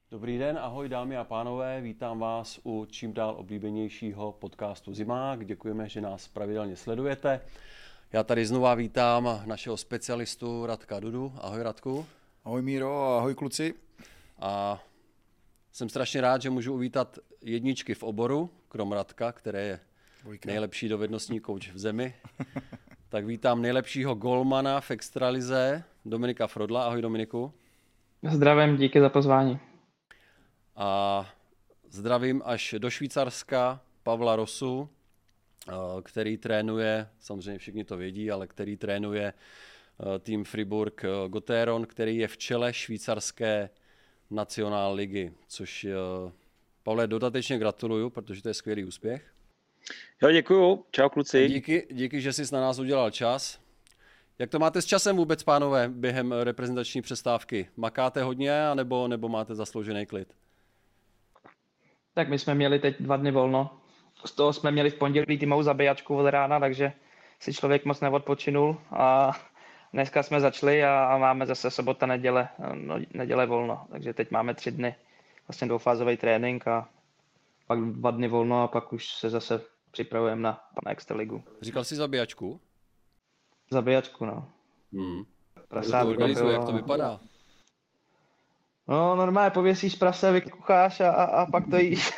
Dobrý den, ahoj dámy a pánové, vítám vás u čím dál oblíbenějšího podcastu Zimák. Děkujeme, že nás pravidelně sledujete. Já tady znova vítám našeho specialistu Radka Dudu. Ahoj Radku. Ahoj Míro, ahoj kluci. A jsem strašně rád, že můžu uvítat jedničky v oboru, krom Radka, který je nejlepší dovednostní kouč v zemi. Tak vítám nejlepšího golmana v extralize, Dominika Frodla. Ahoj Dominiku. Zdravím, díky za pozvání. A zdravím až do Švýcarska Pavla Rosu, který trénuje, samozřejmě všichni to vědí, ale který trénuje tým Fribourg Gotteron, který je v čele švýcarské nacionál ligy, což Pavle dodatečně gratuluju, protože to je skvělý úspěch. Jo, děkuju. Čau kluci. Díky, že jsi na nás udělal čas. Jak to máte s časem vůbec, pánové, během reprezentační přestávky? Makáte hodně, nebo máte zasloužený klid? Tak my jsme měli teď 2 dny volno. Z toho jsme měli v pondělí týmovou zabíjačku od rána, takže si člověk moc neodpočinul. A dneska jsme začali a máme zase sobota, neděle volno. Takže teď máme 3 dny, vlastně dvoufázový trénink a pak 2 dny volno a pak už se zase připravujeme na extraligu. Říkal jsi zabíjačku? Zabíjačku, no. Prasátko, to organizuje, jak to vypadá? No, normálně pověsíš prase, vykucháš a pak to jíš.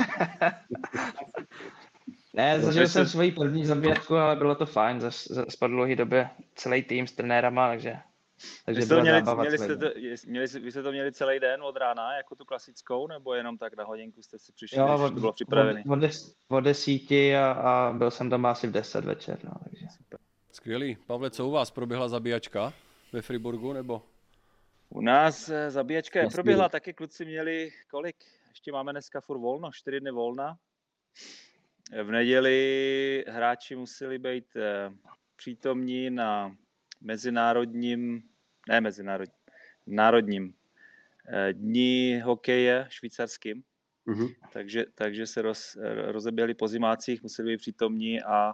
Ne, zažil jsem svoji první zabíjačku, ale bylo to fajn. Zase po dlouhé době celý tým s trenérama, takže byla zábava. Vy jste to měli celý den od rána, jako tu klasickou, nebo jenom tak na hodinku jste si přišli, jo, když to bylo připravené? Od 10 a byl jsem doma asi v 10 večer. No, takže. Skvělý. Pavle, co u vás? Proběhla zabíjačka ve Friburgu, nebo? U nás zabíjačka proběhla, taky kluci měli kolik? Ještě máme dneska furt volno, 4 dny volna. V neděli hráči museli být přítomní na národním dní hokeje švýcarským. Takže se rozeběhli po zimácích, museli být přítomní a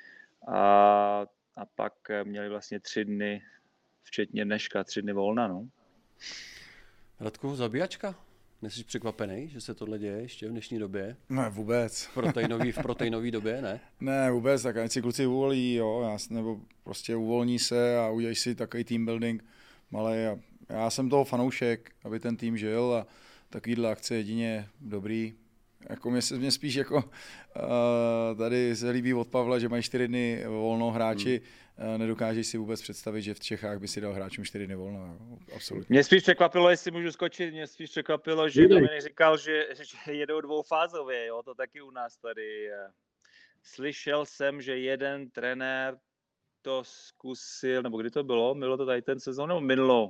pak měli vlastně 3 dny, včetně dneška, 3 dny volna. No. Radku, zabíjačka? Nejsi překvapený, že se tohle děje ještě v dnešní době? Ne, vůbec. V proteinové době, ne? Ne, vůbec, tak ať si kluci uvolí, jo, nebo prostě uvolní se a udělají si takový team building malý. A já jsem toho fanoušek, aby ten tým žil a takovýhle akce jedině dobrý. Jako mě spíš jako tady se líbí od Pavla, že mají 4 dny volno hráči. Nedokážeš si vůbec představit, že v Čechách by si dal hráčům 4 dny volno. Absolutně. Mě spíš překvapilo, jestli můžu skočit, že Dominik říkal, že jedou dvoufázově, jo, to taky u nás tady. Slyšel jsem, že jeden trenér to zkusil, nebo kdy to bylo to tady ten sezon, nebo minulou.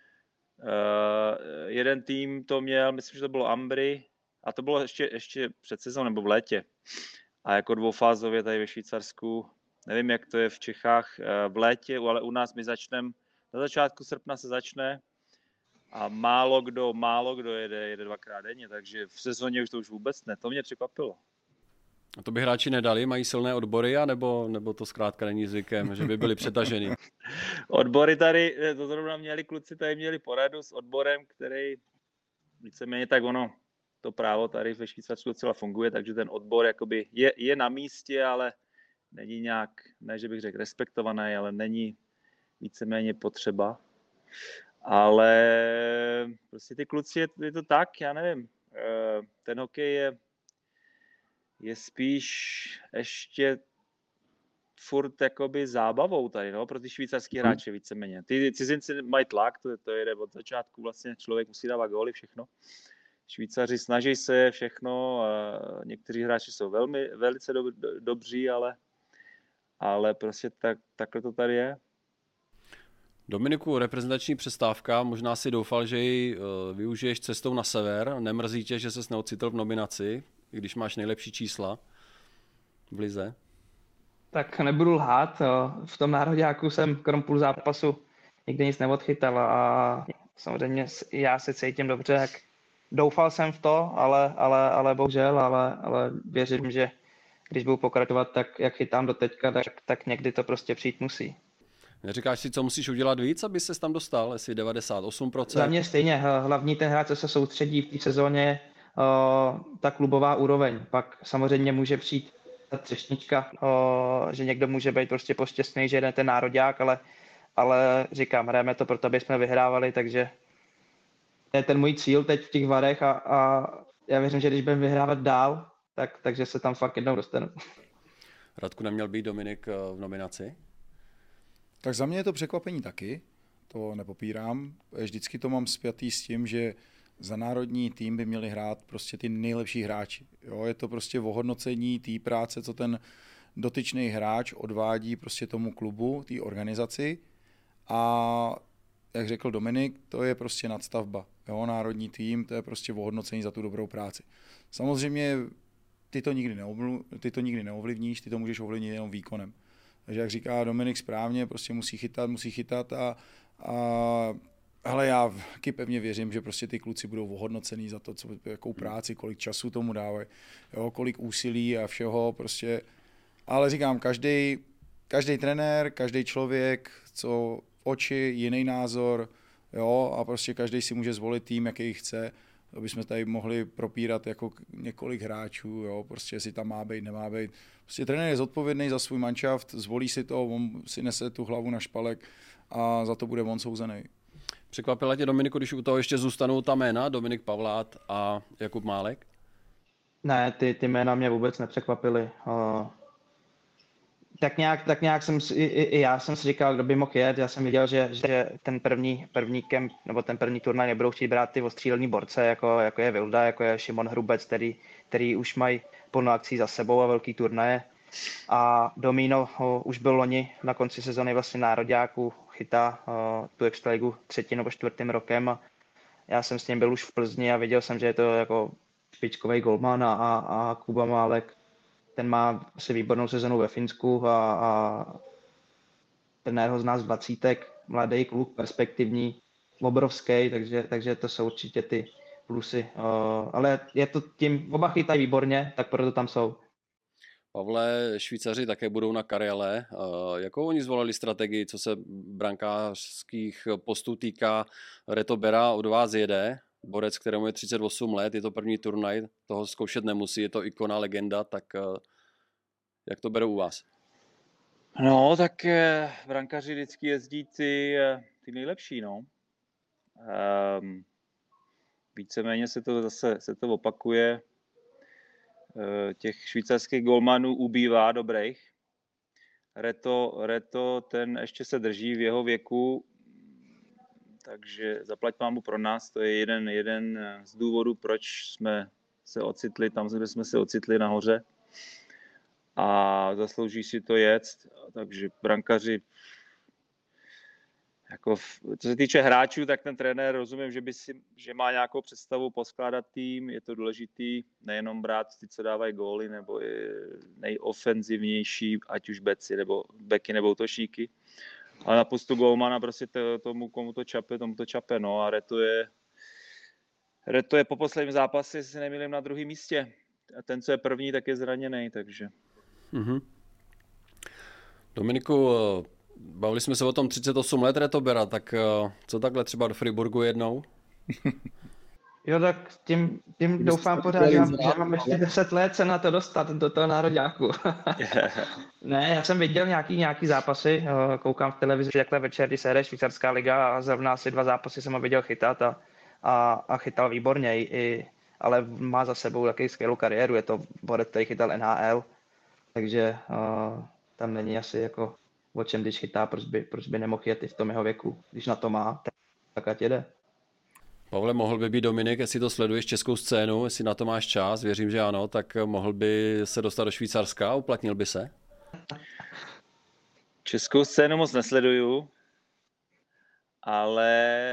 Jeden tým to měl, myslím, že to bylo Ambry, a to bylo ještě před sezónou nebo v létě. A jako dvoufázově tady ve Švýcarsku, nevím, jak to je v Čechách v létě, ale u nás my začneme, na začátku srpna se začne a málo kdo jede 2krát denně, takže v sezóně už to už vůbec ne, to mě překvapilo. A to by hráči nedali, mají silné odbory, nebo to zkrátka není zvykem, že by byli přetažený? Odbory tady, to zrovna měli poradu s odborem, který víceméně tak to právo tady ve Švýcarsku docela funguje, takže ten odbor jakoby je na místě, ale není nějak, ne, že bych řekl respektovaný, ale není víceméně potřeba. Ale prostě ty kluci, je to tak, já nevím, ten hokej je spíš ještě furt jakoby zábavou tady, no, pro ty švýcarský hráče víceméně. Ty cizinci mají tlak, to jede od začátku, vlastně člověk musí dávat góly, všechno. Švýcaři snaží se všechno, někteří hráči jsou velice dobří, ale prostě takhle to tady je. Dominiku, reprezentační přestávka, možná si doufal, že ji využiješ cestou na sever. Nemrzí tě, že ses neocitl v nominaci, i když máš nejlepší čísla v lize? Tak nebudu lhát, v tom nároďáku jsem krom půl zápasu nikdy nic neodchytal a samozřejmě já se cítím dobře, jak doufal jsem v to, ale bohužel, ale věřím, že když budu pokračovat tak, jak chytám do teďka, tak někdy to prostě přijít musí. Neříkáš si, co musíš udělat víc, aby ses tam dostal, jestli 98%? Za mě stejně, hlavní ten hráč, co se soustředí v té sezóně, ta klubová úroveň. Pak samozřejmě může přijít ta třešnička, že někdo může být prostě poštěstný, že jde ten nároďák, ale říkám, hrajeme to proto, aby jsme vyhrávali, takže to je ten můj cíl teď v těch Varech a já věřím, že když budeme vyhrávat dál, takže se tam fakt jednou dostanu. Radku, neměl být Dominik v nominaci? Tak za mě je to překvapení taky, to nepopírám. Vždycky to mám spjatý s tím, že za národní tým by měli hrát prostě ty nejlepší hráči. Jo, je to prostě ohodnocení té práce, co ten dotyčný hráč odvádí prostě tomu klubu, té organizaci. A jak řekl Dominik, to je prostě nadstavba. Jo, národní tým, to je prostě ohodnocení za tu dobrou práci. Samozřejmě ty to nikdy neovlivníš, ty to můžeš ovlivnit jenom výkonem. Takže jak říká Dominik správně, prostě musí chytat ale já taky pevně věřím, že prostě ty kluci budou ohodnocený za to, jakou práci, kolik času tomu dávají, jo, kolik úsilí a všeho prostě. Ale říkám, každý trenér, každý člověk, co oči, jiný názor, jo, a prostě každý si může zvolit tým, jaký chce, aby jsme tady mohli propírat jako několik hráčů, jo, prostě jestli tam má být, nemá být. Prostě trenér je zodpovědný za svůj manšaft, zvolí si to, on si nese tu hlavu na špalek a za to bude on souzený. Překvapila tě, Dominiku, když u toho ještě zůstanou ta jména, Dominik Pavlát a Jakub Málek? Ne, ty jména mě vůbec nepřekvapily. Tak nějak i já jsem si říkal, kdo by mohl jet. Já jsem viděl, že ten první kemp, nebo ten první turnaj nebudou chtít brát ty ostřílení borce, jako je Vilda, jako je Šimon Hrubec, který už mají plno akcí za sebou a velký turnaje. A Domino už byl loni na konci sezony vlastně nároďáků, chytá tu extraligu 3. nebo 4. rokem. A já jsem s ním byl už v Plzni a viděl jsem, že je to jako špičkový golman a Kuba Málek, ten má asi výbornou sezonu ve Finsku a trenér ho zná z 20, mladý kluk, perspektivní, obrovský, takže to jsou určitě ty plusy. Ale je to tím, oba chytají výborně, tak proto tam jsou. Pavle, Švýcaři také budou na Karele. Jakou oni zvolili strategii, co se brankářských postů týká? Reto Bera od vás jede, borec, kterému je 38 let, je to první turnaj, toho zkoušet nemusí, je to ikona, legenda, tak jak to berou u vás? No, tak brankaři vždycky jezdí ty nejlepší, no. Víceméně se to opakuje. Těch švýcarských golmanů ubývá dobrých. Reto, ten ještě se drží v jeho věku, takže zaplať pámu pro nás, to je jeden z důvodů, proč jsme se ocitli tam, kde jsme se ocitli nahoře a zaslouží si to jet, takže brankaři, jako co se týče hráčů, tak ten trenér rozumím, že má nějakou představu poskládat tým, je to důležitý, nejenom brát ty, co dávají góly, nebo nejofenzivnější, ať už beky nebo útočníky. Ale na postu golmana prostě tomu, komu to čape, no a Reto je po posledním zápase, jestli se nemýlím, na druhém místě. A ten, co je první, tak je zraněný, takže. Mm-hmm. Dominiku, bavili jsme se o tom 38 let Reto Bera, tak co takhle třeba do Friburgu jednou? Jo, tak tím doufám pořád, že mám ještě 10 let se na to dostat, do toho nároďáku. Ne, já jsem viděl nějaký zápasy, koukám v televizi takhle večer, když se hraje švýcarská liga a zrovna asi 2 zápasy jsem ho viděl chytat a chytal výborně, ale má za sebou taky skvělou kariéru, je to borec, který chytal NHL, takže tam není asi jako o čem, když chytá, proč by nemohl jet i v tom jeho věku, když na to má, tak ať jede. Pavle, mohl by být Dominik, jestli to sleduješ českou scénu, jestli na to máš čas, věřím, že ano, tak mohl by se dostat do Švýcarska, uplatnil by se? Českou scénu moc nesleduju, ale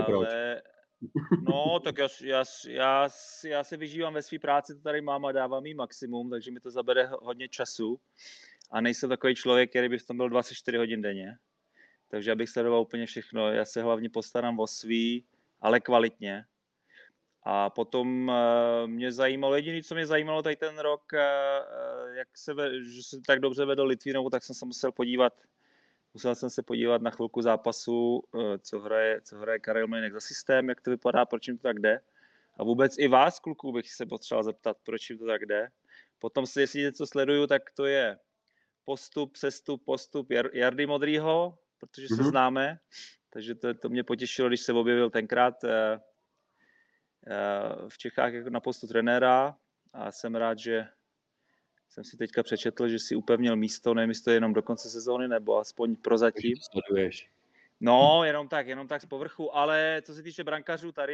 no, tak já se vyžívám ve své práci, to tady mám a dávám jí maximum, takže mi to zabere hodně času a nejsem takový člověk, který by v tom byl 24 hodin denně, takže abych sledoval úplně všechno, já se hlavně postarám o svý, ale kvalitně. A potom mě zajímalo, jediné, co mě zajímalo tady ten rok, že se tak dobře vedl Litvínovou, tak jsem se musel podívat Musel jsem se podívat na chvilku zápasu, co hraje Karel Mlejnek za systém, jak to vypadá, proč jim to tak jde. A vůbec i vás, kluků, bych se potřeboval zeptat, proč jim to tak jde. Potom si, jestli něco sleduju, tak to je postup, sestup, postup Jardy Modrýho, protože se známe. Takže to mě potěšilo, když se objevil tenkrát v Čechách jako na postu trenéra. A jsem rád, že jsem si teďka přečetl, že si upevnil místo, nevím, jestli to je jenom do konce sezóny, nebo aspoň prozatím. Sleduješ. No, jenom tak z povrchu, ale co se týče brankařů, tady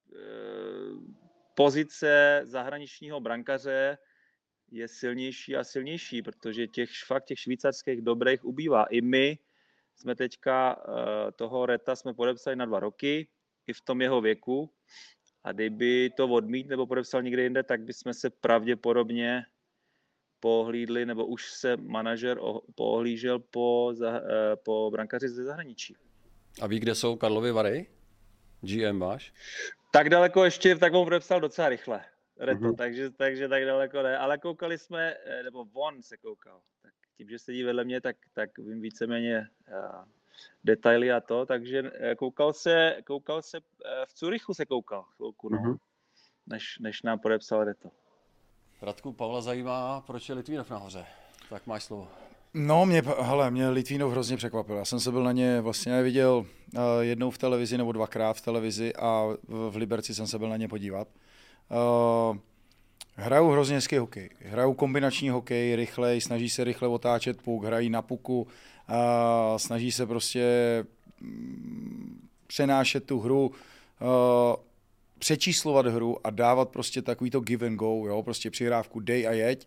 pozice zahraničního brankaře je silnější a silnější, protože těch švýcarských dobrých ubývá. I my jsme teďka toho Reta jsme podepsali na 2 roky, i v tom jeho věku. A kdyby to odmít nebo podepsal někde jinde, tak bychom se pravděpodobně pohlídli, nebo už se manažer pohlížel po brankaři ze zahraničí. A ví, kde jsou Karlovy Vary? GM váš? Tak daleko ještě, tak on podepsal docela rychle. Reto, takže tak daleko ne. Ale koukali jsme, nebo on se koukal. Tak tím, že sedí vedle mě, tak vím víceméně detaily a to. Takže koukal se v Curychu se koukal chvilku, no. Než nám podepsal Reto. Radku, Pavla zajímá, proč je Litvínov nahoře. Tak máš slovo. No, mě Litvínov hrozně překvapil. Já jsem se byl na ně vlastně viděl jednou v televizi nebo 2krát v televizi a v Liberci jsem se byl na ně podívat. Hrajou hrozně hezký hokej. Hrajou kombinační hokej, rychlej, snaží se rychle otáčet puk, hrají na puku, snaží se prostě přenášet tu hru, přečíslovat hru a dávat prostě takovýto give and go, jo, prostě přihrávku dej a jeď.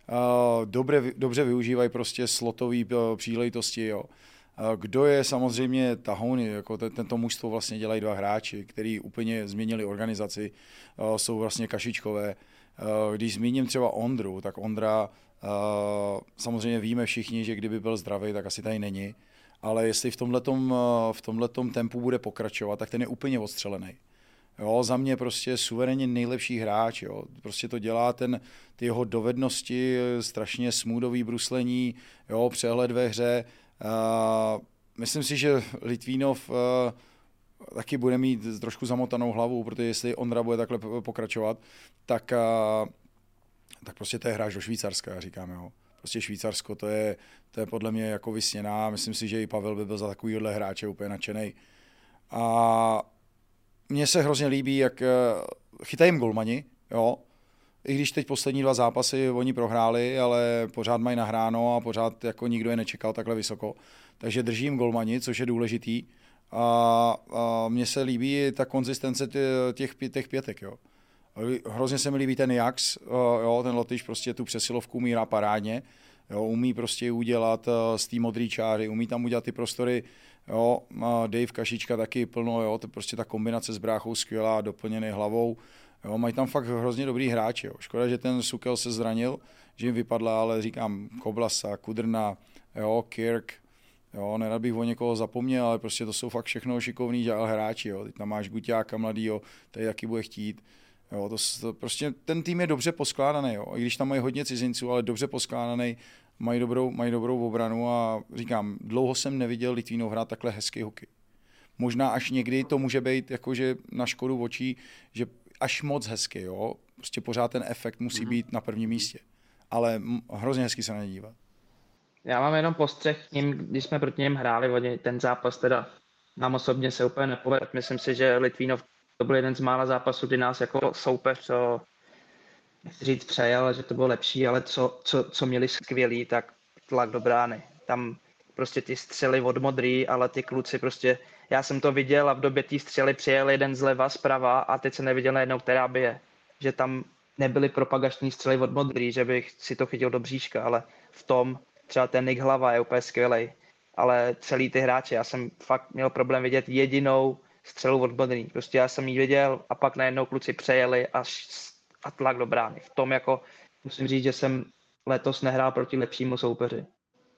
Dobře využívají prostě slotové příležitosti, jo. Kdo je samozřejmě tahoun, jako tento mužstvo vlastně dělají 2 hráči, který úplně změnili organizaci, jsou vlastně kašičkové. Když zmíním třeba Ondru, tak Ondra, samozřejmě víme všichni, že kdyby byl zdravý, tak asi tady není, ale jestli v tomhletom tempu bude pokračovat, tak ten je úplně odstřelený. Jo, za mě prostě suverénně nejlepší hráč, jo. Prostě to dělá ty jeho dovednosti, strašně smoothový bruslení, jo, přehled ve hře. Myslím si, že Litvínov taky bude mít trošku zamotanou hlavu, protože jestli Ondra bude takhle pokračovat, tak prostě to je hráč do Švýcarska, já říkám, jo. Prostě Švýcarsko, to je podle mě jako vysněná. Myslím si, že i Pavel by byl za takovýhle hráče úplně nadšenej. A mně se hrozně líbí, jak chytají jim golmani, jo. I když teď poslední 2 zápasy oni prohráli, ale pořád mají nahráno a pořád jako nikdo je nečekal takhle vysoko. Takže držím golmani, což je důležitý. A mně se líbí ta konzistence těch 5, jo. Hrozně se mi líbí ten Jax, jo, ten Lotyš prostě tu přesilovku umí hrát parádně, jo, umí prostě udělat z té modrý čáry, umí tam udělat ty prostory, jo, Dave Kašička taky plno, jo, to prostě ta kombinace s bráchou skvělá, doplněný hlavou, jo, mají tam fakt hrozně dobrý hráči, jo. Škoda, že ten Sukel se zranil, že jim vypadla, ale říkám, Koblasa, Kudrna, jo, Kirk, jo, nerad bych o někoho zapomněl, ale prostě to jsou fakt všechno šikovní hráči, jo, teď tam máš Guťáka mladýho, tady taky bude chtít. Jo, to prostě ten tým je dobře poskládaný, jo. I když tam mají hodně cizinců, ale dobře poskládaný, mají dobrou obranu a říkám, dlouho jsem neviděl Litvínov hrát takhle hezký hokej. Možná až někdy to může být jakože na škodu očí, že až moc hezký, jo. Prostě pořád ten efekt musí být na prvním místě. Ale hrozně hezky se na ně dívat. Já mám jenom postřeh k ním, když jsme proti něm hráli, ten zápas teda nám osobně se úplně nepovedl. Myslím si, že Litvínov to byl jeden z mála zápasů, kdy nás jako soupeř, nechci říct přejel, že to bylo lepší, ale co měli skvělý, tak tlak do brány. Tam prostě ty střely od Modrý, ale ty kluci prostě, já jsem to viděl a v době té střely přijel jeden zleva, zprava a teď jsem neviděl najednou, která bije. Že tam nebyly propagační střely od Modrý, že bych si to chytil do bříška, ale v tom třeba ten Nick Hlava je úplně skvělej. Ale celý ty hráči, já jsem fakt měl problém vidět jedinou střelu od Modrý. Prostě já jsem ji viděl a pak najednou kluci přejeli a tlak do brány. V tom jako musím říct, že jsem letos nehrál proti lepšímu soupeři.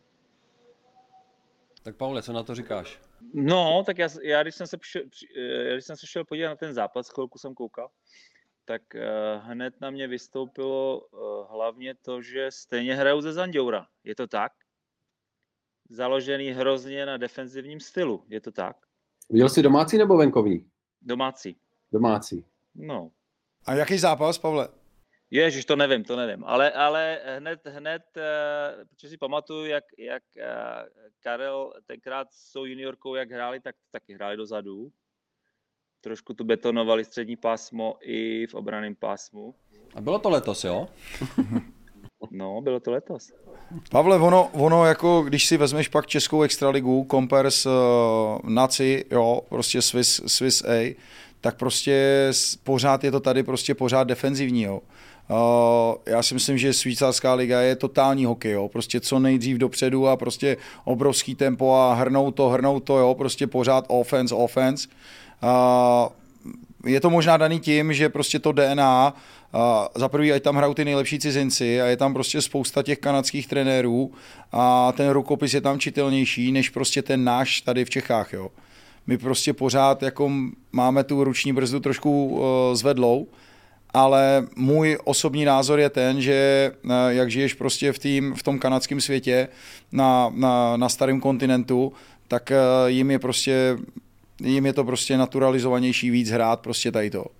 Tak Pavle, co na to říkáš? No, tak já když jsem se šel podívat na ten zápas, chvilku jsem koukal, tak hned na mě vystoupilo hlavně to, že stejně hrajou ze Zanděura. Je to tak? založený hrozně na defenzivním stylu, je to tak? Viděl jsi domácí nebo venkovní? Domácí. Domácí. No. A jaký zápas, Pavle? Ježiš, to nevím. Ale hned, protože si pamatuju, jak Karel tenkrát s tou juniorkou, jak hráli, tak taky hráli dozadu. Trošku tu betonovali střední pásmo i v obranném pásmu. A bylo to letos, jo? No, bylo to letos. Pavle, ono jako, když si vezmeš pak českou extraligu, compare s NACI, jo, prostě Swiss A, tak prostě pořád je to tady prostě pořád defenzivní, jo. Já si myslím, že švýcarská liga je totální hokej, jo. Prostě co nejdřív dopředu a prostě obrovský tempo a hrnout to, jo, prostě pořád offense. Je to možná daný tím, že prostě to DNA, za prvý, ať tam hrajou ty nejlepší cizinci a je tam prostě spousta těch kanadských trenérů a ten rukopis je tam čitelnější, než prostě ten náš tady v Čechách, jo. My prostě pořád jako máme tu ruční brzdu trošku zvedlou, ale můj osobní názor je ten, že jak žiješ prostě v tom kanadském světě na starém kontinentu, tak jim je to prostě naturalizovanější víc hrát prostě tady to.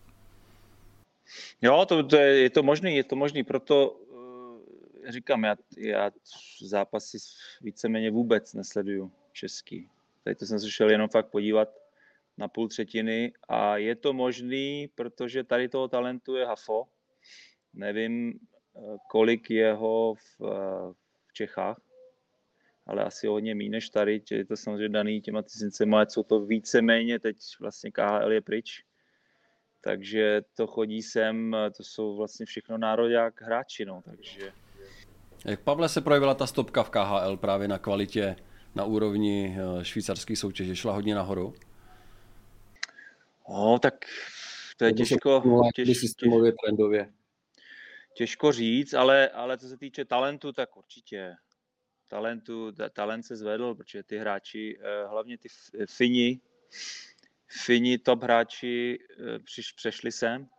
Jo, je to možný, proto říkám, já zápasy víceméně vůbec nesleduju český. Tady to jsem se šel jenom fakt podívat na půl třetiny a je to možný, protože tady toho talentu je hafo. Nevím, kolik jeho v Čechách, ale asi hodně méně než tady, je to samozřejmě daný těma cizincema, ale jsou to víceméně, teď vlastně KHL je pryč, takže to chodí sem, to jsou vlastně všechno nároďák hráči, no, takže... Jak, Pavle, se projevila ta stopka v KHL právě na kvalitě, na úrovni švýcarské soutěže? Šla hodně nahoru? No, tak to je těžko říct, ale co se týče talentu, tak určitě. Talent se zvedl, protože ty hráči, hlavně ty Fini top hráči přešli sem.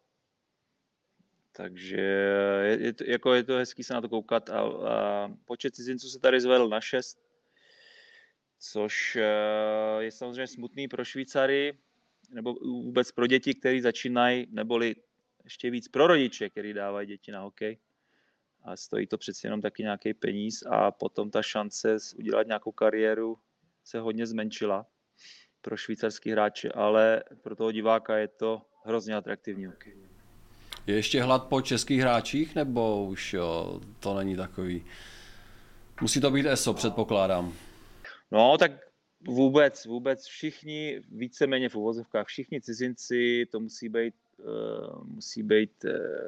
Takže je to hezký se na to koukat a počet cizinců se tady zvedl na 6, což je samozřejmě smutný pro Švýcary, nebo vůbec pro děti, kteří začínají, neboli ještě víc pro rodiče, kteří dávají děti na hokej. A stojí to přeci jenom taky nějaký peníz a potom ta šance udělat nějakou kariéru se hodně zmenšila pro švýcarský hráče, ale pro toho diváka je to hrozně atraktivní hokej. Je ještě hlad po českých hráčích, nebo už jo, to není takový? Musí to být ESO, předpokládám. No, tak vůbec všichni, víceméně v uvozovkách, všichni cizinci, to musí být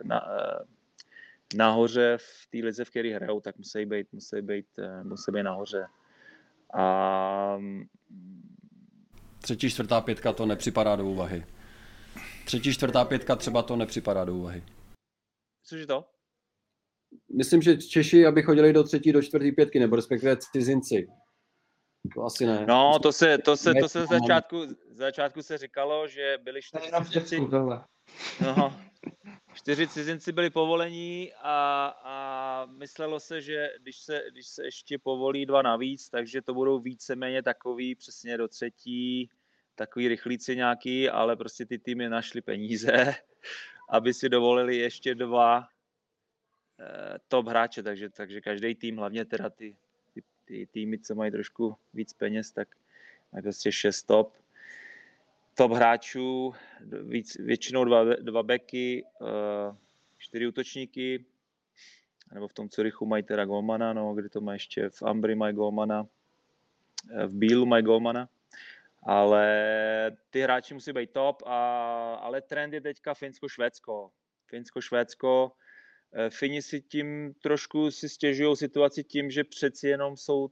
nahoře v té lize, v které hrajou, tak musí být nahoře. A... 3., 4., 5. to nepřipadá do úvahy. 3., 4., 5. třeba to nepřipadá do úvahy. Cože to? Myslím, že Češi, aby chodili do 3., do 4., 5, nebo respektive cizinci. To asi ne. No, to se začátku se říkalo, že byli 4 cizinci. No, 4 cizinci byli povolení a myslelo se, že když se ještě povolí 2 navíc, takže to budou víceméně takový přesně do 3, takový rychlíci nějaký, ale prostě ty týmy našly peníze, aby si dovolili ještě 2 top hráče, takže každý tým, hlavně teda ty týmy, co mají trošku víc peněz, tak mají prostě 6 top hráčů, většinou 2 backy, 4 útočníky, nebo v tom Curychu mají teda golmana, no, kde to má ještě v Ambry mají golmana, v Bílu mají golmana, ale ty hráči musí být top, ale trend je teďka Finsko-Švédsko. Fini si tím trošku si stěžují situaci tím, že přeci jenom jsou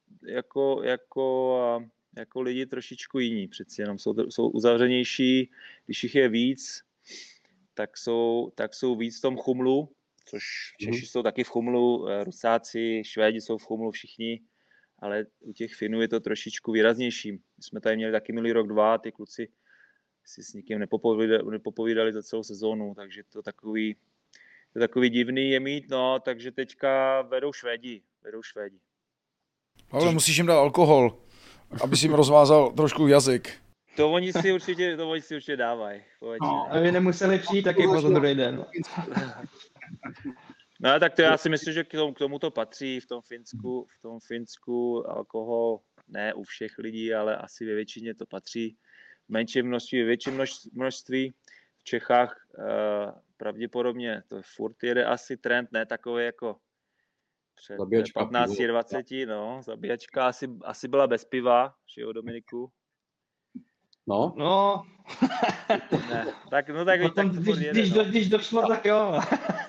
jako lidi trošičku jiní. Přeci jenom jsou uzavřenější, když jich je víc, tak jsou víc v tom chumlu, což Češi jsou taky v chumlu, Rusáci, Švédi jsou v chumlu všichni, ale u těch Finů je to trošičku výraznější. My jsme tady měli taky minulý rok 2, ty kluci si s nikým nepopovídali za celou sezónu, takže to takový divný je mít, no, takže teďka vedou Švédi. Pavle, musíš jim dát alkohol, aby si jim rozvázal trošku jazyk. To oni si určitě dávají. No, aby nemuseli přijít taky po druhý den. No tak to já si myslím, že k tomu to patří v tom Finsku alkohol ne u všech lidí, ale asi ve většině to patří. V menším množství, ve větším množství. V Čechách pravděpodobně to furt jede asi trend, ne takový jako před 15-20, no, zabíjačka asi byla bez piva, že jo, Dominiku? No. Ne, tak když došlo, tak jo.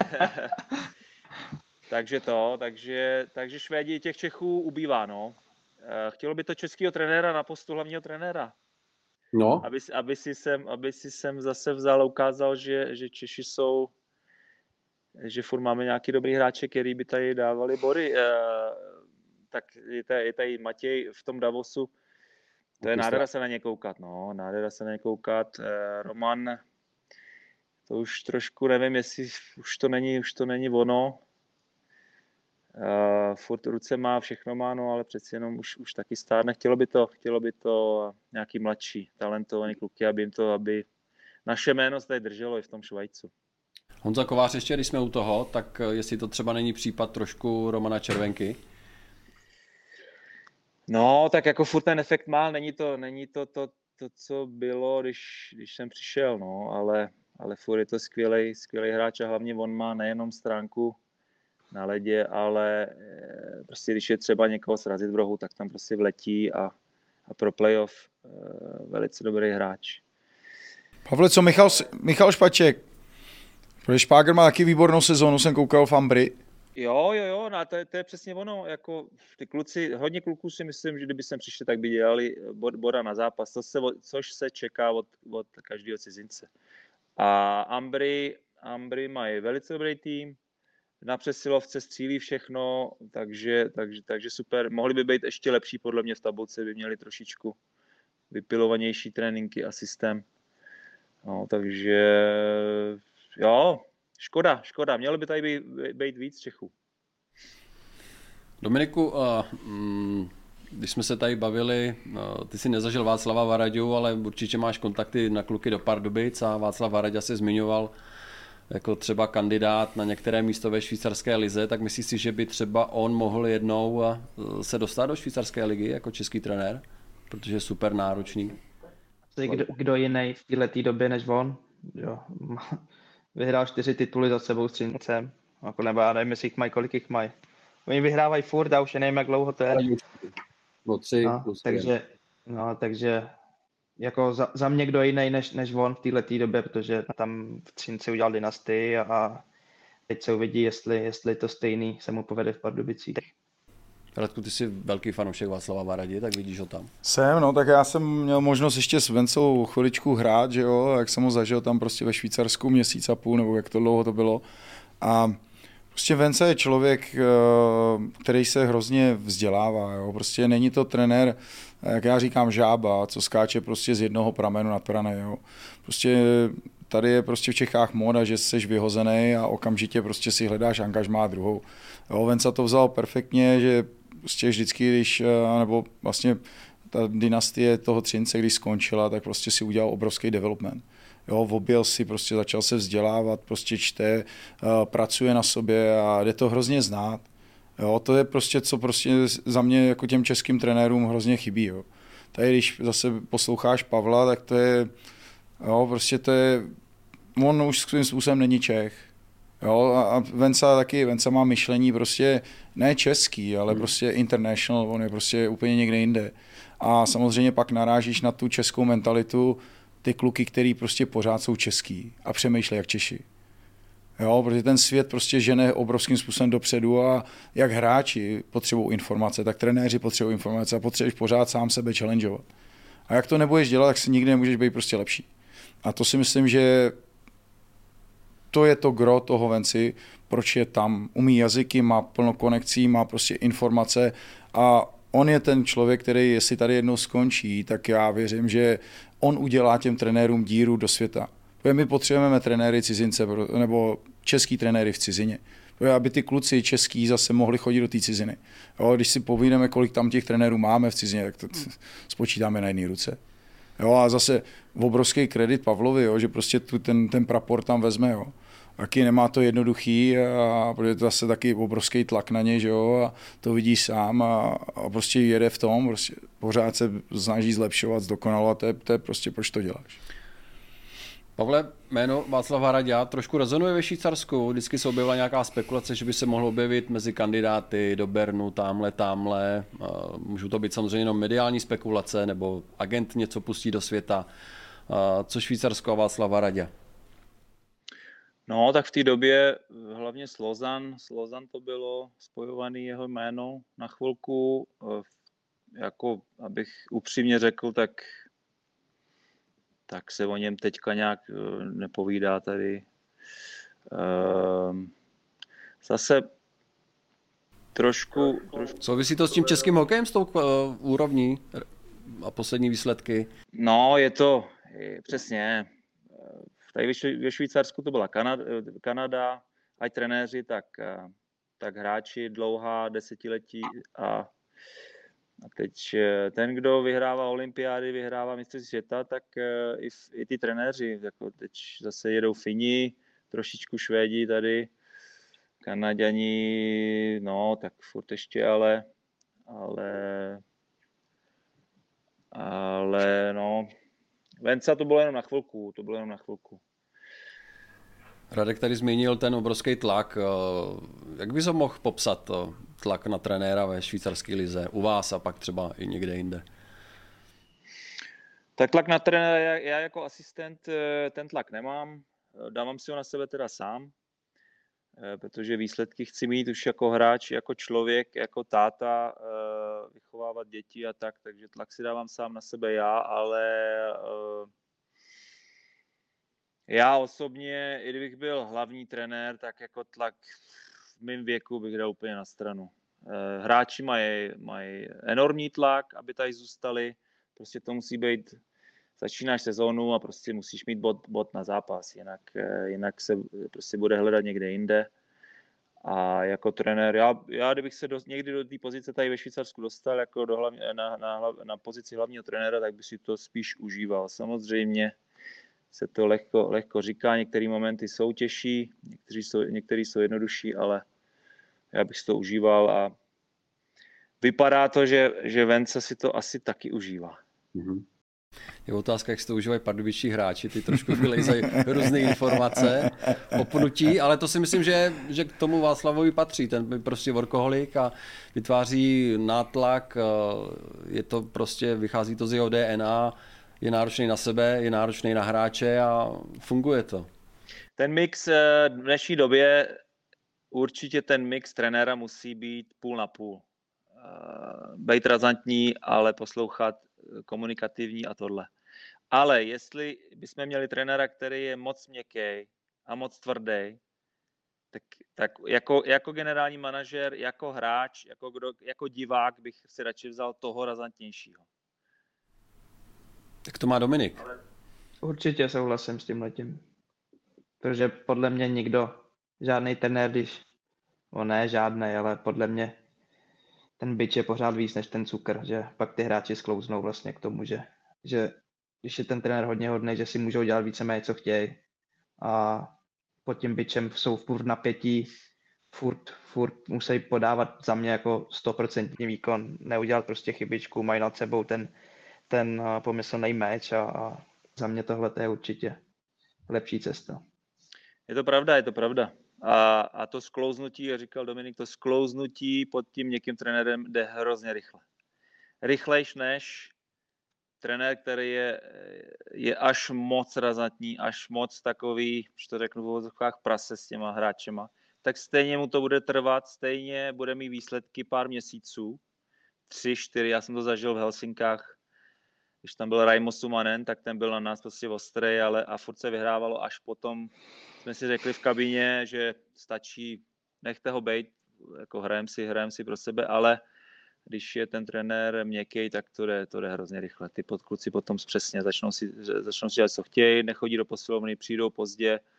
takže Švédi těch Čechů ubývá, no. Chtělo by to českého trenéra na postu hlavního trenéra. No. Aby si sem zase vzal a ukázal, že Češi jsou, že furt máme nějaký dobrý hráče, který by tady dávali body. Tak je tady Matěj v tom Davosu. To je nádhera se na ně koukat, no. Roman, to už trošku nevím, jestli už to není ono. Furt ruce má, všechno má, no, ale přeci jenom už taky stárne. Chtělo by to nějaký mladší, talentovaný kluky, aby naše jméno se tady drželo i v tom Švajcu. Honza Kovář, ještě když jsme u toho, tak jestli to třeba není případ trošku Romana Červenky? No, tak jako furt ten efekt má, není to, co bylo, když jsem přišel, no, ale furt je to skvělý hráč a hlavně on má nejenom stránku na ledě, ale prostě když je třeba někoho srazit v rohu, tak tam prostě vletí a pro playoff velice dobrý hráč. Pavle, co Michal Špaček? Protože Špáger má taky výbornou sezónu, jsem koukal v Ambry. Jo, no, to je přesně ono, jako ty kluci, hodně kluků si myslím, že kdyby sem přišli, tak by dělali boda na zápas, což se čeká od každého cizince. A Ambry mají velice dobrý tým, na přesilovce střílí všechno, takže super. Mohli by být ještě lepší, podle mě v tabulce by měli trošičku vypilovanější tréninky a systém. No, takže jo, škoda. Mělo by tady být víc Čechů. Dominiku, když jsme se tady bavili, ty si nezažil Václava Varaďu, ale určitě máš kontakty na kluky do Pardubic a Václav Varaďa se zmiňoval jako třeba kandidát na některé místo ve švýcarské lize, tak myslíš si, že by třeba on mohl jednou se dostat do švýcarské ligy jako český trenér, protože je super náročný? Kdo jiný v této době než on? Jo. Vyhrál 4 tituly za sebou s Třincem. Jako nebo já nevím, jestli jich mají, kolik jich mají. Oni vyhrávají furt a už je nevím, jak dlouho to je. Takže jako za mě kdo jiný než on v této době, protože tam v Třinci udělal dynastii a teď se uvidí, jestli to stejný se mu povede v Pardubicích. Radku, ty jsi velký fanoušek Václava Varadi, tak vidíš ho tam. Tak já jsem měl možnost ještě s Vencou chviličku hrát, že jo, jak jsem ho zažil tam prostě ve Švýcarsku měsíc a půl, nebo jak to dlouho to bylo. A prostě Vence je člověk, který se hrozně vzdělává, jo. Prostě není to trenér, jak já říkám, žába, co skáče prostě z jednoho pramenu na prane, jo. Prostě tady je prostě v Čechách móda, že jsi vyhozený a okamžitě prostě si hledáš angažmá druhou. Jo, Venca to vzal perfektně, že prostě vždycky, nebo vlastně ta dynastie toho Třince, když skončila, tak prostě si udělal obrovský development. Jo, objel si, prostě začal se vzdělávat, prostě čte, pracuje na sobě a jde to hrozně znát. Jo, to je prostě, co prostě za mě jako těm českým trenérům hrozně chybí. Jo. Tady, když zase posloucháš Pavla, tak to je, jo, prostě to je, on už svým způsobem není Čech. Jo, a Venca má myšlení prostě ne český, ale prostě international, on je prostě úplně někde jinde. A samozřejmě pak narážíš na tu českou mentalitu, ty kluky, který prostě pořád jsou český a přemýšlejí jak Češi. Jo, protože ten svět prostě žene obrovským způsobem dopředu a jak hráči potřebují informace, tak trenéři potřebují informace a potřebuješ pořád sám sebe challengeovat. A jak to nebudeš dělat, tak si nikdy nemůžeš být prostě lepší. A to si myslím, že to je to gro toho Venci, proč je tam. Umí jazyky, má plno konekcí, má prostě informace a on je ten člověk, který jestli tady jednou skončí, tak já věřím, že on udělá těm trenérům díru do světa. Protože my potřebujeme trenéry cizince nebo český trenéry v cizině. aby ty kluci český zase mohli chodit do té ciziny. Jo, když si povídeme, kolik tam těch trenérů máme v cizině, tak to spočítáme na jedné ruce. Jo, a zase obrovský kredit Pavlovi, jo, že prostě ten prapor tam vezme. Jo. Taky nemá to jednoduchý, protože to zase taky obrovský tlak na něj, že jo, a to vidí sám a prostě jede v tom, prostě pořád se snaží zlepšovat, zdokonalovat, to je prostě proč to děláš. Pavle, jméno Václava Raďa trošku rezonuje ve Švýcarsku. Vždycky se objevila nějaká spekulace, že by se mohl objevit mezi kandidáty do Bernu, tamhle. Můžou to být samozřejmě jenom mediální spekulace, nebo agent něco pustí do světa. Co Švýcarsko a Václava Raďa? No, tak v té době hlavně s Lausanne to bylo spojované jeho jméno na chvilku. Jako, abych upřímně řekl, tak se o něm teďka nějak nepovídá tady. Zase trošku... Souvisí to s tím českým hokejem, s tou úrovní a poslední výsledky? No, přesně. Tady ve Švýcarsku to byla Kanada, ať trenéři, tak hráči dlouhá desetiletí a teď ten, kdo vyhrává olympiády, vyhrává mistrovství světa, tak i ty trenéři, jako teď zase jedou Fini, trošičku Švédi tady, Kanaďani, no tak furt ještě, ale no, Venca to bylo jenom na chvilku. Radek tady zmínil ten obrovský tlak. Jak bys ho mohl popsat, tlak na trenéra ve švýcarské lize? U vás a pak třeba i někde jinde? Tak tlak na trenéra, já jako asistent ten tlak nemám. Dávám si ho na sebe teda sám, protože výsledky chci mít už jako hráč, jako člověk, jako táta, vychovávat děti a tak, takže tlak si dávám sám na sebe já, ale já osobně, i kdybych byl hlavní trenér, tak jako tlak v mém věku bych dal úplně na stranu. Hráči mají enormní tlak, aby tady zůstali, prostě to musí být, začínáš sezónu a prostě musíš mít bod na zápas, jinak se prostě bude hledat někde jinde. A jako trenér, já kdybych se někdy do té pozice tady ve Švýcarsku dostal jako na pozici hlavního trenéra, tak bych si to spíš užíval. Samozřejmě se to lehko říká, některé momenty jsou těžší, některé jsou jednodušší, ale já bych si to užíval a vypadá to, že Vence si to asi taky užívá. Mm-hmm. Je otázka, jak si to užívají pardubičtí hráči, ty trošku vylejzají různé informace, popnutí, ale to si myslím, že k tomu Václavovi patří. Ten je prostě workoholik a vytváří nátlak, je to prostě, vychází to z jeho DNA, je náročný na sebe, je náročný na hráče a funguje to. Ten mix v dnešní době, určitě ten mix trenéra musí být půl na půl. Být razantní, ale poslouchat, komunikativní a tohle. Ale jestli bychom měli trenéra, který je moc měkký a moc tvrdý, tak jako generální manažer, jako hráč, jako divák bych si radši vzal toho razantnějšího. Tak to má Dominik. Určitě souhlasím s tímhletím. Protože podle mě žádný trenér, žádný, ale podle mě ten bič je pořád víc než ten cukr, že pak ty hráči sklouznou vlastně k tomu, že když je ten trenér hodně hodnej, že si můžou dělat víceméně, co chtějí a pod tím bičem jsou furt napětí, furt musí podávat za mě jako 100% výkon, neudělat prostě chybičku, mají nad sebou ten pomyslný meč a za mě tohle je určitě lepší cesta. Je to pravda. A to sklouznutí, jak říkal Dominik, to sklouznutí pod tím někým trenérem jde hrozně rychle. Rychlejš než trenér, který je až moc razantní, až moc takový, že to řeknu v uvozovkách, prase s těma hráčema, tak stejně mu to bude trvat, stejně bude mít výsledky pár měsíců, 3, 4, já jsem to zažil v Helsinkách, když tam byl Raimo Sumanen, tak ten byl na nás prostě ostrý, a furt se vyhrávalo, až potom jsme si řekli v kabině, že stačí, nechte ho bejt, jako hrajem si pro sebe, ale když je ten trenér měkký, tak to jde hrozně rychle. Ty kluci potom přesně začnou si dělat, co chtějí, nechodí do posilovny, přijdou pozdě,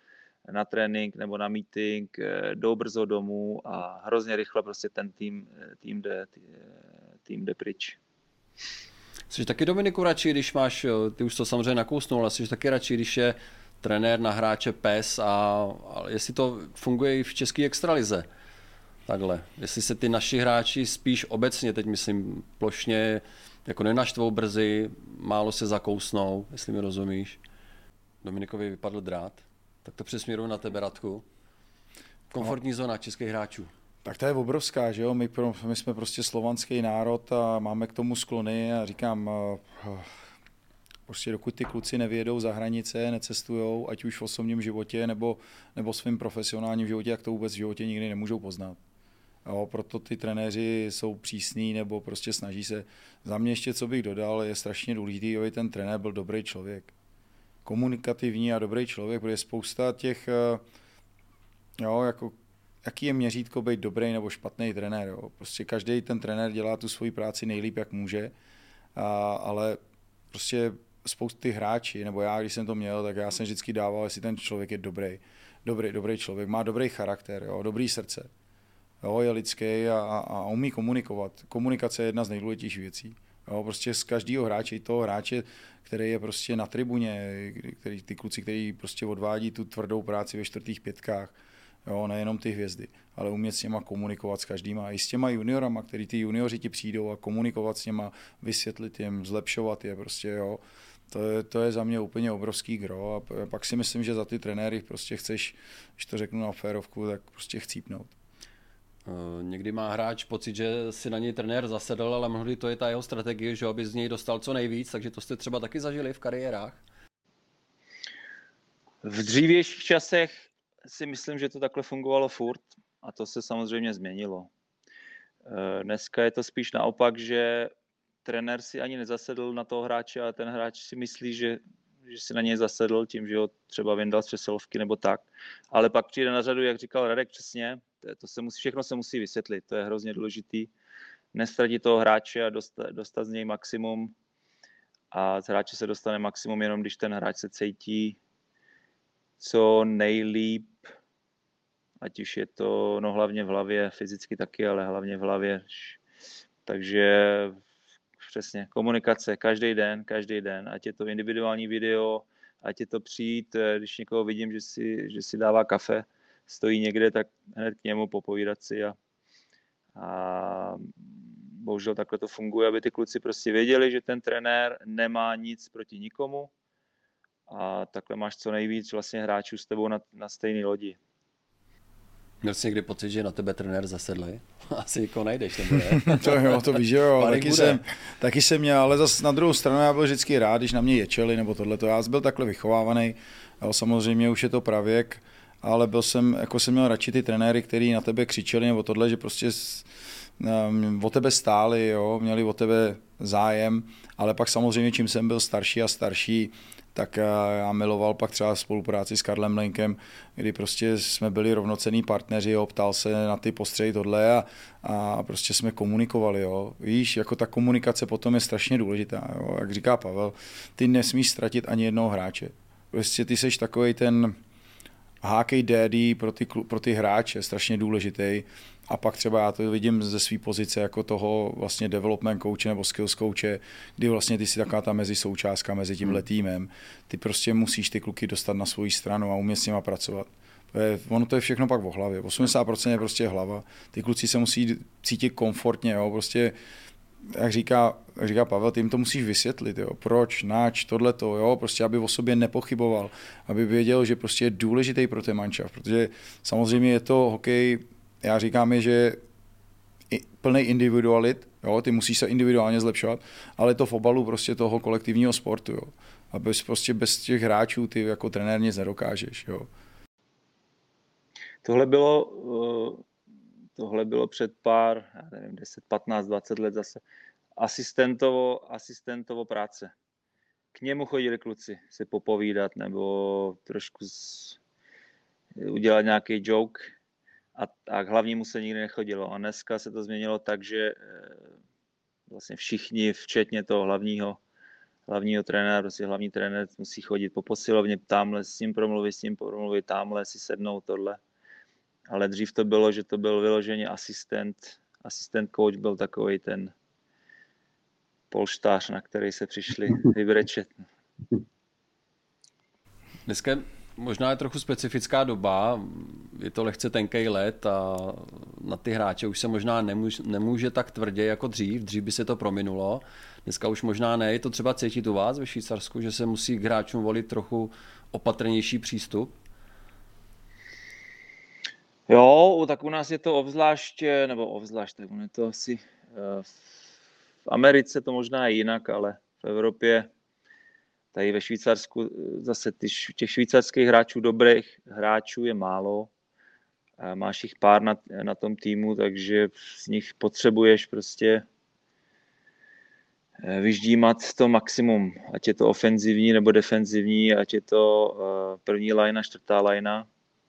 na trénink nebo na meeting, jdou brzo domů a hrozně rychle prostě ten tým jde pryč. Jsi taky, Dominiku, radši, když máš, ty už to samozřejmě nakousnul, ale jsi taky radši, když je trenér na hráče PES a jestli to funguje i v české extralize. Takhle. Jestli se ty naši hráči spíš obecně, teď myslím plošně, jako nenaštvou brzy, málo se zakousnou, jestli mi rozumíš. Dominikovi vypadl drát. Tak to přesměruju na tebe, Radku. Komfortní zóna českých hráčů. Tak to je obrovská, že jo? My jsme prostě slovanský národ a máme k tomu sklony a říkám, prostě dokud ty kluci nevyjedou za hranice, necestujou, ať už v osobním životě nebo svým profesionálním životě, jak to vůbec v životě nikdy nemůžou poznat. Jo, proto ty trenéři jsou přísní nebo prostě snaží se. Za mě ještě, co bych dodal, je strašně důležitý, aby ten trenér byl dobrý člověk. Komunikativní a dobrý člověk, protože spousta těch, jo, jako jaký je měřítko být dobrý nebo špatný trenér. Jo. Prostě každý ten trenér dělá tu svoji práci nejlíp, jak může, ale prostě spousty hráči, nebo já, když jsem to měl, tak já jsem vždycky dával, jestli ten člověk je dobrý člověk, má dobrý charakter, jo, dobrý srdce, jo, je lidský a umí komunikovat. Komunikace je jedna z nejdůležitějších věcí. Jo, prostě z každého hráče, i toho hráče, který je prostě na tribuně, ty kluci, kteří prostě odvádí tu tvrdou práci ve čtvrtých pětkách, jo, nejenom ty hvězdy, ale umět s něma komunikovat s každýma. I s těma juniorama, který ty junioři ti přijdou a komunikovat s něma, vysvětlit jim, zlepšovat je prostě, jo. To je za mě úplně obrovský gro a pak si myslím, že za ty trenéry prostě chceš, když to řeknu na férovku, tak prostě chcípnout. Někdy má hráč pocit, že si na něj trenér zasedl, ale mnohdy to je ta jeho strategie, že aby z něj dostal co nejvíc, takže to jste třeba taky zažili v kariérách? V dřívějších časech si myslím, že to takhle fungovalo furt a to se samozřejmě změnilo. Dneska je to spíš naopak, že trenér si ani nezasedl na toho hráče, ale ten hráč si myslí, že si na něj zasedl tím, že ho třeba vyndal z přesilovky nebo tak. Ale pak přijde na řadu, jak říkal Radek přesně, všechno se musí vysvětlit, to je hrozně důležitý. Nestratit toho hráče a dostat z něj maximum. A z hráče se dostane maximum jenom, když ten hráč se cítí co nejlíp, ať už je to hlavně v hlavě, fyzicky taky, ale hlavně v hlavě. Takže přesně, komunikace každý den, ať je to individuální video, ať je to přijít, když někoho vidím, že si dává kafe, stojí někde, tak hned k němu popovídat si a bohužel takhle to funguje, aby ty kluci prostě věděli, že ten trenér nemá nic proti nikomu a takhle máš co nejvíc vlastně hráčů s tebou na stejné lodi. Měl jsi někdy pocit, že na tebe trenér zasedli? Asi jako nejdeš, nebo ne? To víš, jo, taky jsem měl, ale zase na druhou stranu já byl vždycky rád, když na mě ječeli nebo tohleto. Já byl takhle vychovávaný, samozřejmě už je to pravěk, ale jsem měl radši ty trenéry, kteří na tebe křičeli nebo tohle, že prostě o tebe stáli, jo, měli o tebe zájem, ale pak samozřejmě, čím jsem byl starší a starší, tak já miloval pak třeba spolupráci s Karlem Mlejnkem, kdy prostě jsme byli rovnocenní partneři, ptal se na ty postřehy tohle a prostě jsme komunikovali, jo. Víš, jako ta komunikace potom je strašně důležitá, jo. Jak říká Pavel, ty nesmíš ztratit ani jednoho hráče. Prostě ty seš takovej ten hákej daddy pro ty hráče, strašně důležitý. A pak třeba já to vidím ze své pozice jako toho vlastně development coache nebo skills coache, kdy vlastně ty jsi taková ta mezisoučástka mezi tímhle týmem. Ty prostě musíš ty kluky dostat na svou stranu a umět s nima pracovat. Ono to je všechno pak o hlavě. 80% je prostě hlava. Ty kluci se musí cítit komfortně, jo, prostě jak říká Pavel, ty jim to musíš vysvětlit, jo, proč, nač, tohleto, jo, prostě aby o sobě nepochyboval, aby věděl, že prostě je důležitý pro ten manšaft, protože samozřejmě je to hokej, já říkám, že plný individualit, jo, ty musíš se individuálně zlepšovat, ale je to v obalu prostě toho kolektivního sportu, jo, a prostě bez těch hráčů ty jako trenér nic nedokážeš, jo. Tohle bylo před pár, já nevím, 10, 15, 20 let zase, asistentovo práce. K němu chodili kluci se popovídat nebo trošku udělat nějaký joke a k hlavnímu se nikdy nechodilo. A dneska se to změnilo tak, že vlastně všichni, včetně toho hlavního, hlavního trenéra, prostě hlavní trenér musí chodit po posilovně, tamhle s ním promluvit, tamhle si sednout tohle. Ale dřív to bylo, že to byl vyloženě asistent coach byl takový ten polštář, na který se přišli vybrečet. Dneska možná je trochu specifická doba, je to lehce tenkej led a na ty hráče už se možná nemůže tak tvrdě jako dřív by se to prominulo. Dneska už možná ne, je to třeba cítit u vás ve Švýcarsku, že se musí k hráčům volit trochu opatrnější přístup? Jo, tak u nás je to obzvlášť, tak je to asi v Americe to možná je jinak, ale v Evropě, tady ve Švýcarsku zase těch švýcarských hráčů, dobrých hráčů je málo. Máš jich pár na tom týmu, takže z nich potřebuješ prostě vyždímat to maximum, ať je to ofenzivní nebo defenzivní, ať je to první lajna, čtvrtá lajna.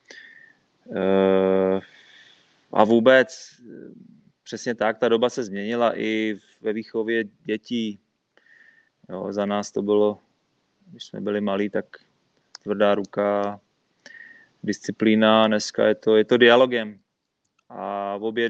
A vůbec přesně tak, ta doba se změnila i ve výchově dětí. Jo, za nás to bylo, když jsme byli malí, tak tvrdá ruka, disciplína, dneska je to dialogem. A obě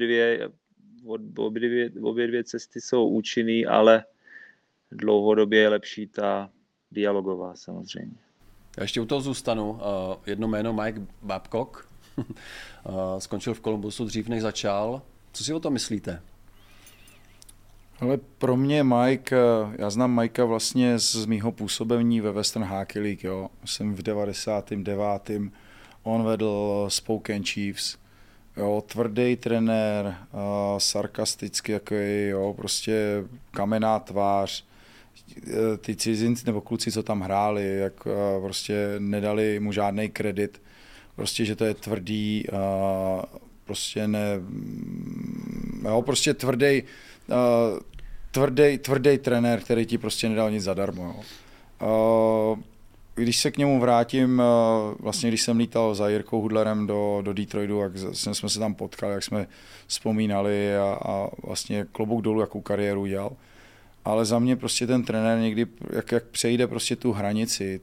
dvě cesty jsou účinný, ale dlouhodobě je lepší ta dialogová samozřejmě. Já ještě u toho zůstanu. Jedno jméno Mike Babcock. Skončil v Columbusu dřív, než začal. Co si o tom myslíte? Ale pro mě já znám Mikea vlastně z mýho působení ve Western Hockey League. Jo. Jsem v 99. On vedl Spokane Chiefs. Jo, tvrdý trenér, sarkastický, jaký, jo, prostě kamenná tvář. Ty cizinci nebo kluci, co tam hráli, jak prostě nedali mu žádný kredit. Prostě, že to je tvrdý, prostě tvrdý trenér, který ti prostě nedal nic zadarmo. Jo. Když se k němu vrátím, vlastně když jsem lítal za Jirkou Hudlerem do Detroitu, jak jsme se tam potkali, jak jsme vzpomínali a vlastně klobouk dolů, jakou kariéru udělal. Ale za mě prostě ten trenér někdy, jak přejde prostě tu hranici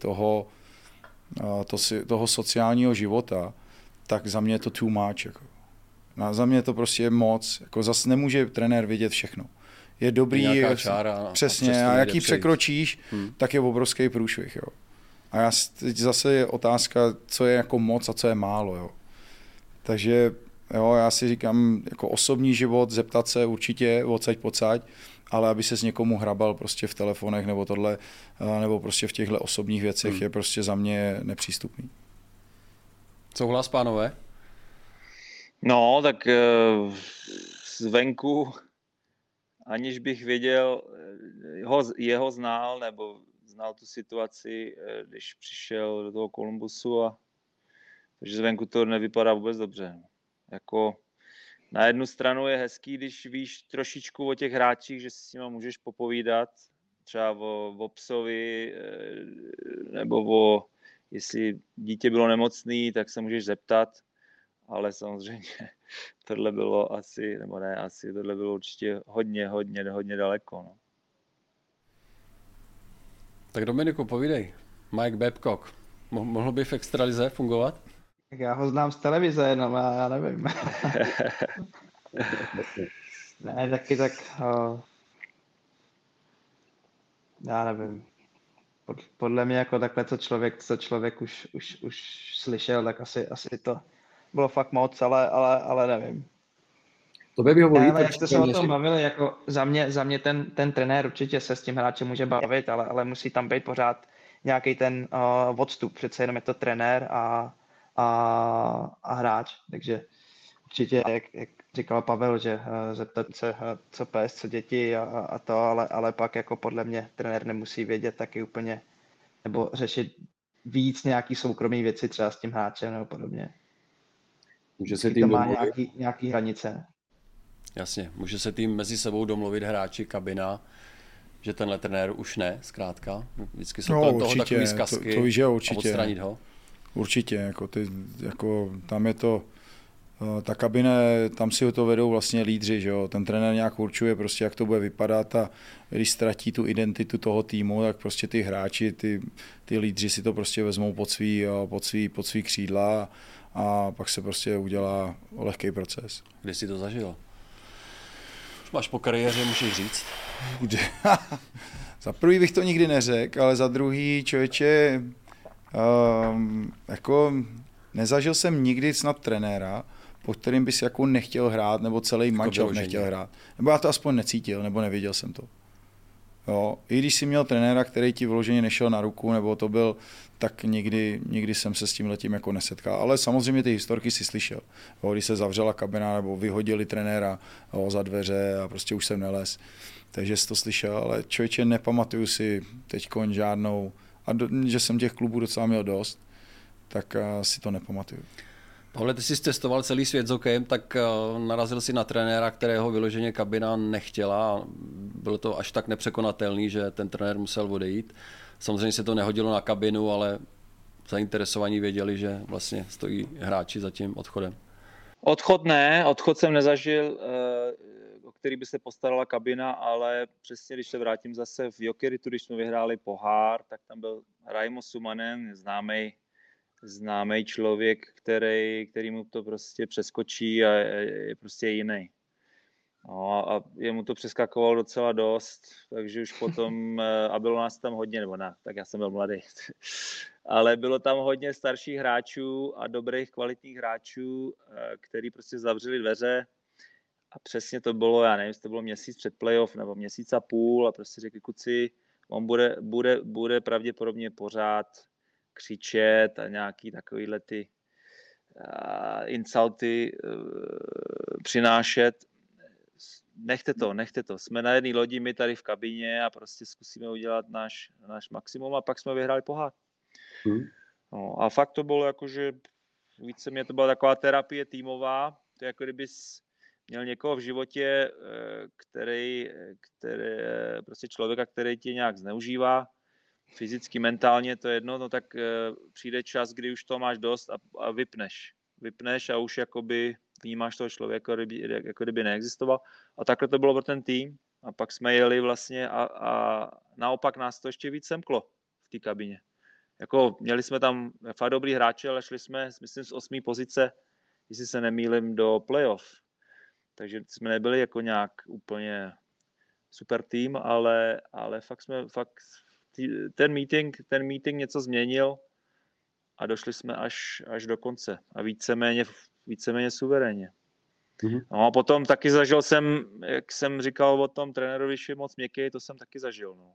toho sociálního života, tak za mě je to too much. Jako. Za mě je to prostě moc. Jako zase nemůže trenér vědět všechno. Je dobrý, čára, přesně, a jak ji překročíš, tak je obrovský průšvih. Jo. A teď zase je otázka, co je jako moc a co je málo. Jo. Takže jo, já si říkám, jako osobní život, zeptat se určitě odsaď pocať, ale aby se s někomu hrabal prostě v telefonech nebo tohle, nebo prostě v těchto osobních věcech je prostě za mě nepřístupný. Souhlas, pánové? No, tak zvenku, aniž bych věděl, jeho znal, nebo znal tu situaci, když přišel do toho Columbusu, takže zvenku to nevypadá vůbec dobře. Jako na jednu stranu je hezký, když víš trošičku o těch hráčích, že si s nimi můžeš popovídat, třeba o psovi, nebo jestli dítě bylo nemocný, tak se můžeš zeptat, ale samozřejmě tohle bylo tohle bylo určitě hodně daleko. No. Tak Dominiku, povídej. Mike Babcock, mohl by v extralize fungovat? Tak já ho znám z televize jenom, já nevím. Ne, taky tak, já nevím. Podle mě jako takhle, co člověk už slyšel, tak asi to bylo fakt moc, ale nevím. To by ho volí. Ale jak jste se o tom bavili, jako za mě ten trenér určitě se s tím hráčem může bavit, ale musí tam být pořád nějaký ten odstup. Přece jenom je to trenér a hráč, takže určitě, jak říkal Pavel, že zeptat se, co pes, co děti a to, ale pak jako podle mě trenér nemusí vědět taky úplně, nebo řešit víc nějaký soukromý věci třeba s tím hráčem nebo podobně. Může se tým to má nějaký hranice. Jasně, může se tým mezi sebou domluvit hráči, kabina, že tenhle trenér už ne, zkrátka. Vždycky jsou kolem toho takový zkazky to víš, určitě. A odstranit ho. Určitě, jako tam je to ta kabina, tam si ho to vedou vlastně lídři, že jo? Ten trenér nějak určuje prostě, jak to bude vypadat a když ztratí tu identitu toho týmu, tak prostě ty hráči, ty lídři si to prostě vezmou pod svý křídla a pak se prostě udělá lehký proces. Kdy jsi to zažil? Už máš po kariéře, můžeš říct. Za prvý bych to nikdy neřekl, ale za druhý, člověče, jako nezažil jsem nikdy snad trenéra, pod kterým bys jako nechtěl hrát, nebo celý mančov nechtěl hrát. Nebo já to aspoň necítil, nebo neviděl jsem to. Jo, i když jsi měl trenéra, který ti vyloženě nešel na ruku, nebo to byl, tak nikdy jsem se s tímhletím jako nesetkal. Ale samozřejmě ty historky si slyšel. Jo, když se zavřela kabina, nebo vyhodili trenéra za dveře a prostě už jsem nelez. Takže jsi to slyšel, ale člověče, nepamatuju si teďkon žádnou, že jsem těch klubů docela měl dost, tak si to nepamatuju. Pavle, ty jsi testoval celý svět s hokejem, tak narazil si na trenéra, kterého vyloženě kabina nechtěla. Bylo to až tak nepřekonatelný, že ten trenér musel odejít. Samozřejmě se to nehodilo na kabinu, ale zainteresovaní věděli, že vlastně stojí hráči za tím odchodem. Odchod jsem nezažil, o který by se postarala kabina, ale přesně když se vrátím zase v Jokeritu, když jsme vyhráli pohár, tak tam byl Raimo Sumanen, známý člověk, který mu to prostě přeskočí a je prostě jiný. No a jemu to přeskakovalo docela dost, takže už potom, a bylo nás tam hodně, nebo ne, tak já jsem byl mladý, ale bylo tam hodně starších hráčů a dobrých, kvalitních hráčů, který prostě zavřeli dveře a přesně to bylo, já nevím, jestli to bylo měsíc před playoff nebo měsíc a půl a prostě řekli kluci, on bude pravděpodobně pořád křičet a nějaký takovýhle ty insulty přinášet. Nechte to. Jsme na jedné lodi, my tady v kabině a prostě zkusíme udělat náš maximum a pak jsme vyhráli pohár. No, a fakt to bylo jako, že více mě to byla taková terapie týmová, to je jako kdybys měl někoho v životě, který prostě člověka, který tě nějak zneužívá, fyzicky, mentálně, to je jedno, no tak přijde čas, kdy už to máš dost a vypneš a už jakoby vnímáš toho člověka, jako kdyby neexistoval. A takhle to bylo pro ten tým. A pak jsme jeli vlastně a naopak nás to ještě víc semklo v té kabině. Jako měli jsme tam fakt dobrý hráče, ale šli jsme, myslím, z 8. pozice, jestli se nemýlim, do playoff. Takže jsme nebyli jako nějak úplně super tým, ale fakt ten meeting něco změnil a došli jsme až do konce a víceméně suverénně. No a potom taky zažil jsem, jak jsem říkal o tom trenérovi, že je moc měkký, to jsem taky zažil. No.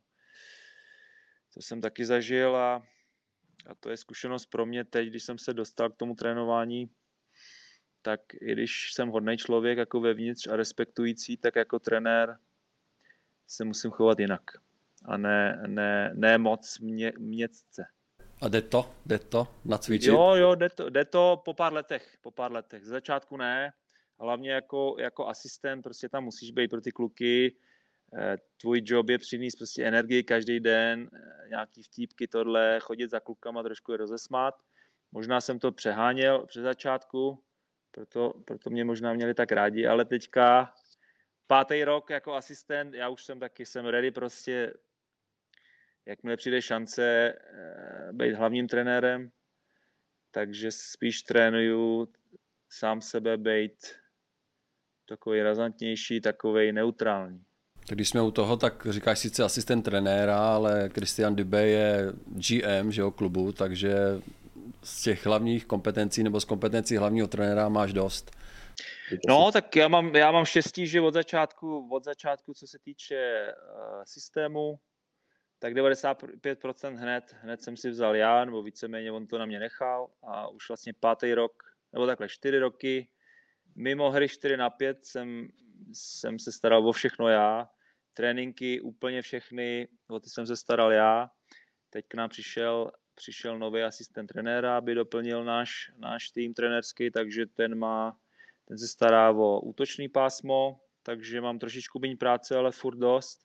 To jsem taky zažil a to je zkušenost pro mě teď, když jsem se dostal k tomu trénování, tak i když jsem hodnej člověk jako vevnitř a respektující, tak jako trenér se musím chovat jinak. A ne moc mětce. A jde to nacvičit? Jo, jde to po pár letech. Z začátku ne, hlavně jako asistent, prostě tam musíš být pro ty kluky. Tvůj job je přinést prostě energii každý den, nějaký vtípky tohle, chodit za klukama, trošku je rozesmát. Možná jsem to přeháněl před začátku, proto mě možná měli tak rádi, ale teďka 5. rok jako asistent, já už jsem ready prostě, jakmile přijde šance být hlavním trenérem, takže spíš trénuju sám sebe být takový razantnější, takovej neutrální. Tak když jsme u toho, tak říkáš sice asistent trenéra, ale Christian Dubé je GM, že jo, klubu, takže z těch hlavních kompetencí nebo z kompetencí hlavního trenéra máš dost. No, tak já mám štěstí, že od začátku, co se týče systému, tak 95% hned jsem si vzal já, nebo víceméně on to na mě nechal a už vlastně 5. rok, nebo takhle 4 roky, mimo hry 4-5 jsem se staral o všechno já, tréninky úplně všechny, o ty jsem se staral já. Teď k nám přišel nový asistent trenéra, aby doplnil náš tým trenérský, takže ten se stará o útočný pásmo, takže mám trošičku méně práce, ale furt dost.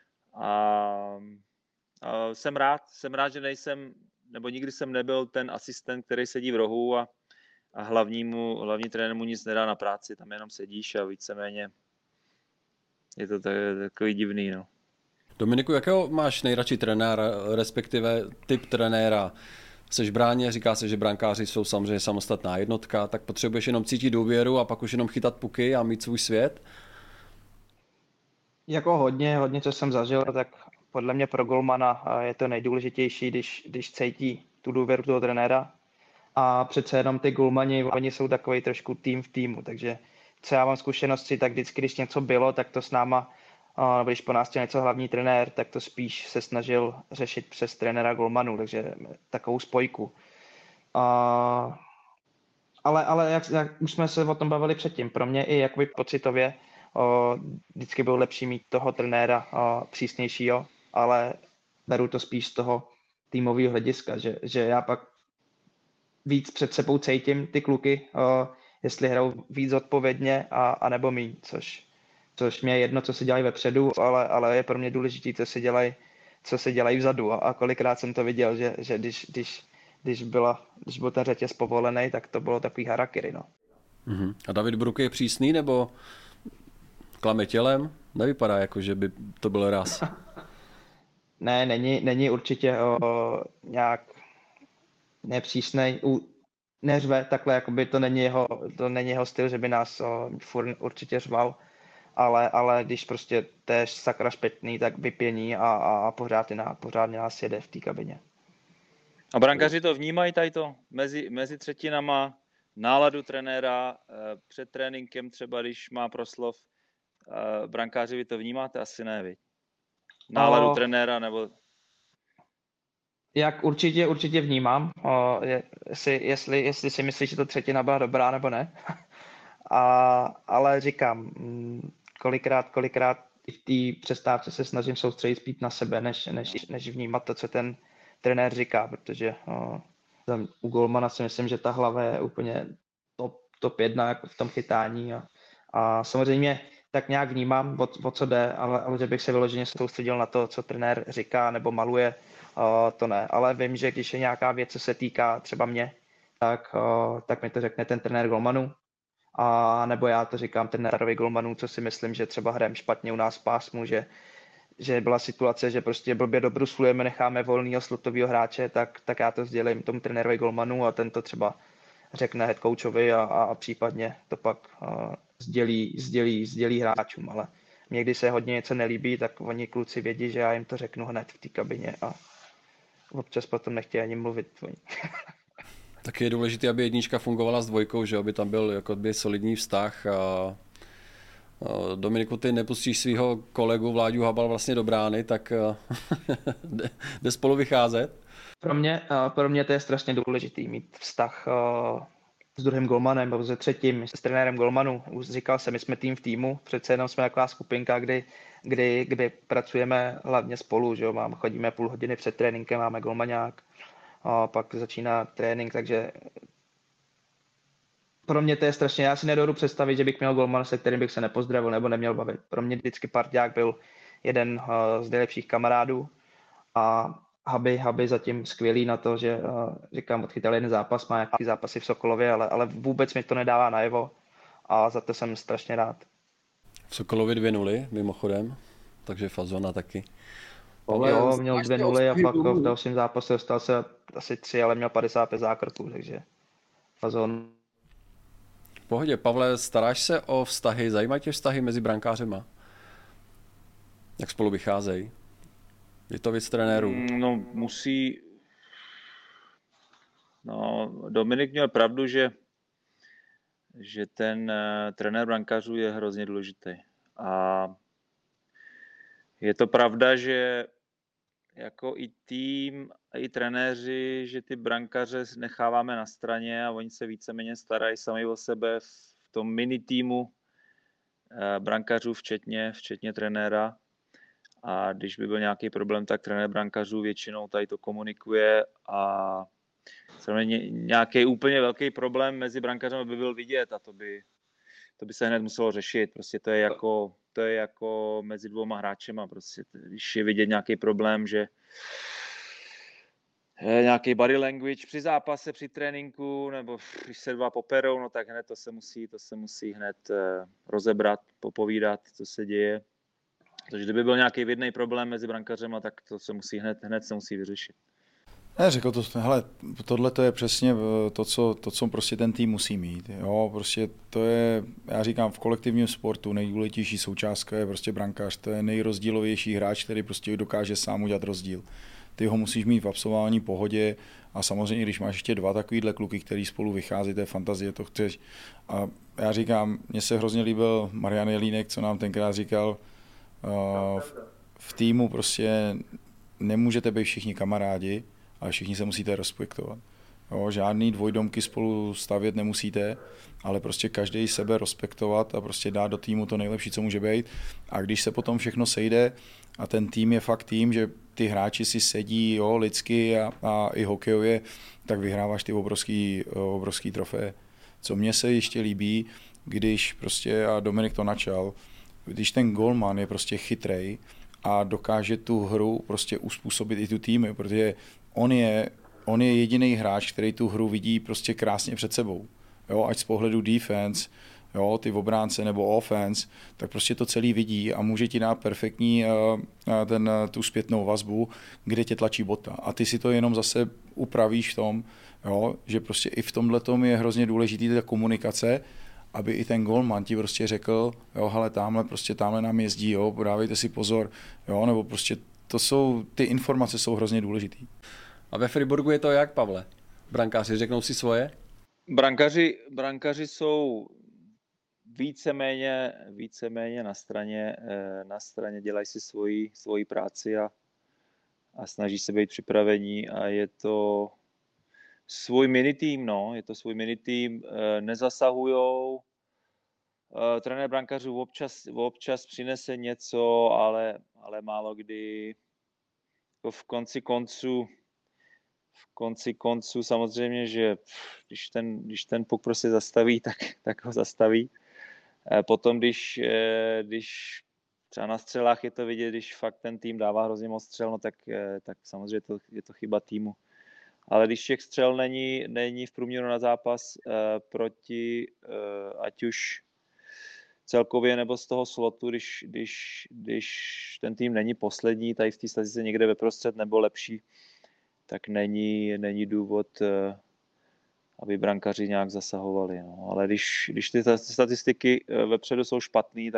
A jsem rád, že nejsem, nebo nikdy jsem nebyl ten asistent, který sedí v rohu a hlavní trenér mu nic nedá na práci, tam jenom sedíš a víceméně je to takový divný, no. Dominiku, jakého máš nejradši trenéra, respektive typ trenéra? Seš bráně, říká se, že brankáři jsou samozřejmě samostatná jednotka, tak potřebuješ jenom cítit důvěru a pak už jenom chytat puky a mít svůj svět? Jako hodně, co jsem zažil, tak podle mě pro golmana je to nejdůležitější, když cítí tu důvěru toho trenéra. A přece jenom ty golmani, oni jsou takový trošku tým v týmu, takže co já mám zkušenosti, tak vždycky, když něco bylo, tak to s náma, když po nás chtěl něco hlavní trenér, tak to spíš se snažil řešit přes trenéra golmanů, takže takovou spojku. Ale jak už jsme se o tom bavili předtím, pro mě i jakoby pocitově vždycky bylo lepší mít toho trenéra přísnějšího, ale beru to spíš z toho týmového hlediska, že já pak víc před sebou cítím ty kluky, jestli hrajou víc odpovědně a nebo míň, což mě je jedno, co si dělají vepředu, ale je pro mě důležité, co si dělají vzadu a kolikrát jsem to viděl, že když byl ten řetěz povolený, tak to bylo takový harakiri, no. A David Bruk je přísný, nebo klame tělem? Nevypadá jako, že by to byl raz. Ne, není určitě nějak nepřísnej, neřve takhle, jakoby to není jeho styl, že by nás furt určitě řval, ale když prostě též sakra špetný, tak vypění a pořád nás jede v té kabině. A brankaři to vnímají tady to mezi třetinama, náladu trenéra, před tréninkem třeba, když má proslov, brankáři vy to vnímáte? Asi ne, viď? Náladu trenéra nebo... Jak určitě vnímám, jestli si myslíš, že to třetina byla dobrá nebo ne. Ale říkám, kolikrát i v té přestávce se snažím soustředit spíš na sebe, než vnímat to, co ten trenér říká, protože u golmana si myslím, že ta hlava je úplně top 1 jako v tom chytání a samozřejmě tak nějak vnímám, o co jde, ale že bych se vyloženě soustředil na to, co trenér říká nebo maluje, to ne. Ale vím, že když je nějaká věc, co se týká třeba mě, tak mi to řekne ten trenér golmanů, a nebo já to říkám trenérovi golmanů, co si myslím, že třeba hrajeme špatně u nás v pásmu, že byla situace, že prostě blbě dobruslujeme, necháme volného slotového hráče, tak já to sdělím tomu trenérovi golmanu a ten to třeba řekne head coachovi a případně to pak sdělí hráčům, ale někdy se hodně něco nelíbí, tak oni kluci vědí, že já jim to řeknu hned v té kabině a občas potom nechtějí ani mluvit. Tak je důležité, aby jednička fungovala s dvojkou, že aby tam byl jako solidní vztah. Dominiku, ty nepustíš svého kolegu Vláďu Habal vlastně do brány, tak jde spolu vycházet? Pro mě to je strašně důležitý mít vztah s druhým golmanem, nebo se třetím, s trenérem golmanů. Už říkal jsem, my jsme tým v týmu, přece jenom jsme taková skupinka, kdy pracujeme hlavně spolu, že jo? Chodíme půl hodiny před tréninkem, máme golmaňák, a pak začíná trénink, takže pro mě to je strašně, já si nedovedu představit, že bych měl golmana, se kterým bych se nepozdravil nebo neměl bavit. Pro mě vždycky parťák byl jeden z nejlepších kamarádů a Haby zatím skvělý na to, že říkám, odchytal jeden zápas, má nějaký zápasy v Sokolově, ale vůbec mi to nedává najevo a za to jsem strašně rád. V Sokolově 2-0 mimochodem, takže fazona taky. Jo, měl 2-0 a pak v dalším zápase dostal se asi 3, ale měl 55 zákroků, takže fazon. V pohodě. Pavle, staráš se o vztahy, zajímají tě vztahy mezi brankářema? Jak spolu vycházejí? Je to věc trenérů? No, musí... No, Dominik měl pravdu, že ten trenér brankářů je hrozně důležitý. A je to pravda, že jako i tým, i trenéři, že ty brankaře necháváme na straně a oni se víceméně starají sami o sebe v tom mini týmu brankařů, včetně trenéra. A když by byl nějaký problém, tak trenér brankařů většinou tady to komunikuje a samozřejmě nějaký úplně velký problém mezi brankařem by byl vidět a to by se hned muselo řešit. Prostě to je jako mezi dvouma hráčema. Prostě, když je vidět nějaký problém, že nějaký body language při zápase, při tréninku, nebo když se dva poperou, no tak hned to se musí hned rozebrat, popovídat, co se děje. Takže kdyby byl nějaký vidný problém mezi brankařema, tak to se musí hned se musí vyřešit. Ne, řekl to, hele, tohle to je přesně to, co prostě ten tým musí mít. Jo, prostě to je, já říkám, v kolektivním sportu nejdůležitější součástka je prostě brankář. To je nejrozdílovější hráč, který prostě dokáže sám udělat rozdíl. Ty ho musíš mít v absolvování pohodě a samozřejmě, když máš ještě dva takovýhle kluky, který spolu vychází, to je fantazie, to chceš. A já říkám, mně se hrozně líbil Marian Jelínek, co nám tenkrát říkal, v týmu prostě nemůžete být všichni kamarádi, ale všichni se musíte respektovat. Jo, žádný dvojdomky spolu stavět nemusíte, ale prostě každý sebe respektovat a prostě dát do týmu to nejlepší, co může být. A když se potom všechno sejde a ten tým je fakt tým, že ty hráči si sedí, jo, lidsky a i hokejově, tak vyhráváš ty obrovský trofeje. Co mně se ještě líbí, když prostě, a Dominik to načal, když ten golman je prostě chytrej a dokáže tu hru prostě uspůsobit i tu týmy, protože on je jediný hráč, který tu hru vidí prostě krásně před sebou. Jo, ať z pohledu defense, jo, ty obránce nebo offense, tak prostě to celý vidí a může ti dát perfektní tu zpětnou vazbu, kde tě tlačí bota. A ty si to jenom zase upravíš v tom, jo, že prostě i v tomhletom je hrozně důležitý ta komunikace, aby i ten golman ti prostě řekl, jo, hele, tamhle nám jezdí, jo, dávejte si pozor, jo, nebo prostě ty informace jsou hrozně důležitý. A ve Friburgu je to jak, Pavle? Brankáři řeknou si svoje? Brankaři jsou víceméně na straně dělají si svoji práci a snaží se být připravení a je to svůj minitým, svůj minitým, nezasahujou. Trenér brankařů občas přinese něco, ale málo kdy v konci konců samozřejmě, že když ten puk prostě zastaví, tak ho zastaví. Potom, když třeba na střelách je to vidět, když fakt ten tým dává hrozně moc střel, no tak samozřejmě je to chyba týmu. Ale když těch střel není v průměru na zápas proti ať už celkově nebo z toho slotu, když ten tým není poslední, tady v té statistice někde ve prostřed nebo lepší, tak není důvod, aby brankaři nějak zasahovali. No. Ale když ty statistiky vepředu jsou špatný,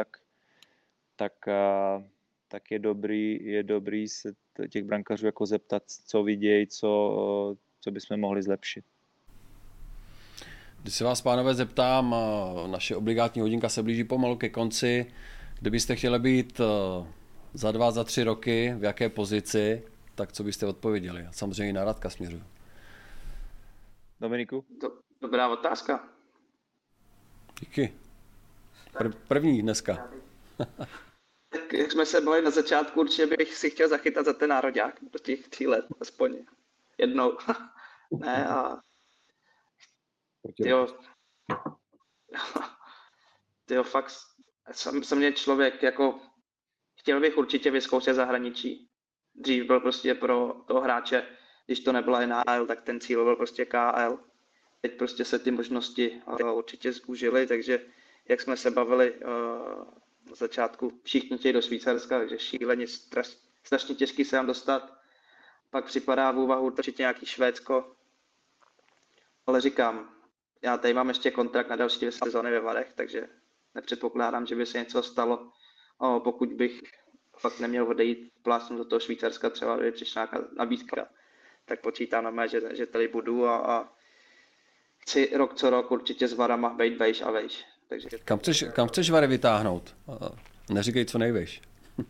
tak je dobrý se těch brankařů jako zeptat, co vidějí, co bychom mohli zlepšit. Když se vás, pánové, zeptám, naše obligátní hodinka se blíží pomalu ke konci. Kdybyste chtěli být za 2, za 3 roky, v jaké pozici, tak co byste odpověděli? Samozřejmě na Radka směřuju. Dominiku? Dobrá otázka. Díky. První dneska. Tak jak jsme se bavili na začátku, určitě bych si chtěl zachytat za ten nároďák do těch 3 let, aspoň jednou. Ne, a tyjo, fakt jsem mě člověk, jako chtěl bych určitě vyzkoušet zahraničí. Dřív byl prostě pro toho hráče, když to nebyla NHL, tak ten cíl byl prostě KL. Teď prostě se ty možnosti určitě zúžily, takže jak jsme se bavili na začátku, všichni chtějí do Švýcarska, takže šíleně strašně těžký se tam dostat. Pak připadá v úvahu určitě nějaký Švédsko. Ale říkám, já tady mám ještě kontrakt na další 2 sezóny ve Varech, takže nepředpokládám, že by se něco stalo. Pokud bych fakt neměl odejít plásnu do toho Švýcarska, třeba kdyby přišla nějaká nabídka, tak počítám na mě, že tady budu a chci rok co rok určitě s Varama být vejš a vejš. Takže... Kam chceš Vary vytáhnout? Neříkej, co nejvejš.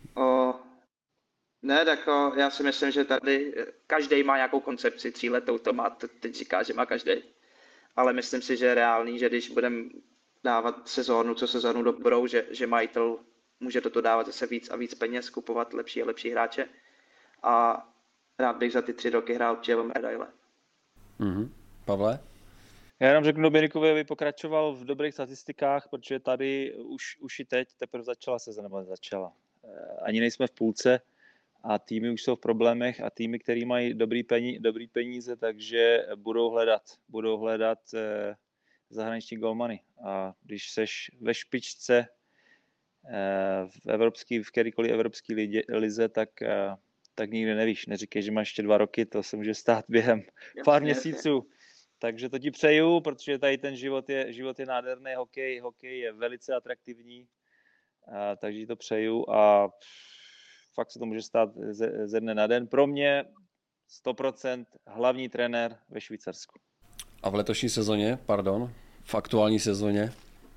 Ne, tak já si myslím, že tady každý má nějakou koncepci, 3letou to má, teď říká, že má každý. Ale myslím si, že je reálný, že když budeme dávat sezónu dobrou, že majitel může do toho dávat zase víc a víc peněz, kupovat lepší a lepší hráče. A rád bych za ty 3 roky hrál určitě o medaile. Pavle? Já jenom řeknu Dominikovi, aby pokračoval v dobrých statistikách, protože tady už i teď teprve začala sezóna, nebo začala. Ani nejsme v půlce a týmy už jsou v problémech a týmy, které mají dobrý peníze, takže budou hledat zahraniční golmany. A když seš ve špičce v kterýkoliv evropský lize, tak nikdy nevíš. Neříkej, že máš ještě 2 roky, to se může stát během pár měsíců. Takže to ti přeju, protože tady ten život je nádherný, hokej je velice atraktivní, takže ti to přeju a fakt se to může stát ze dne na den. Pro mě 100% hlavní trenér ve Švýcarsku. A v letošní sezóně, v aktuální sezóně?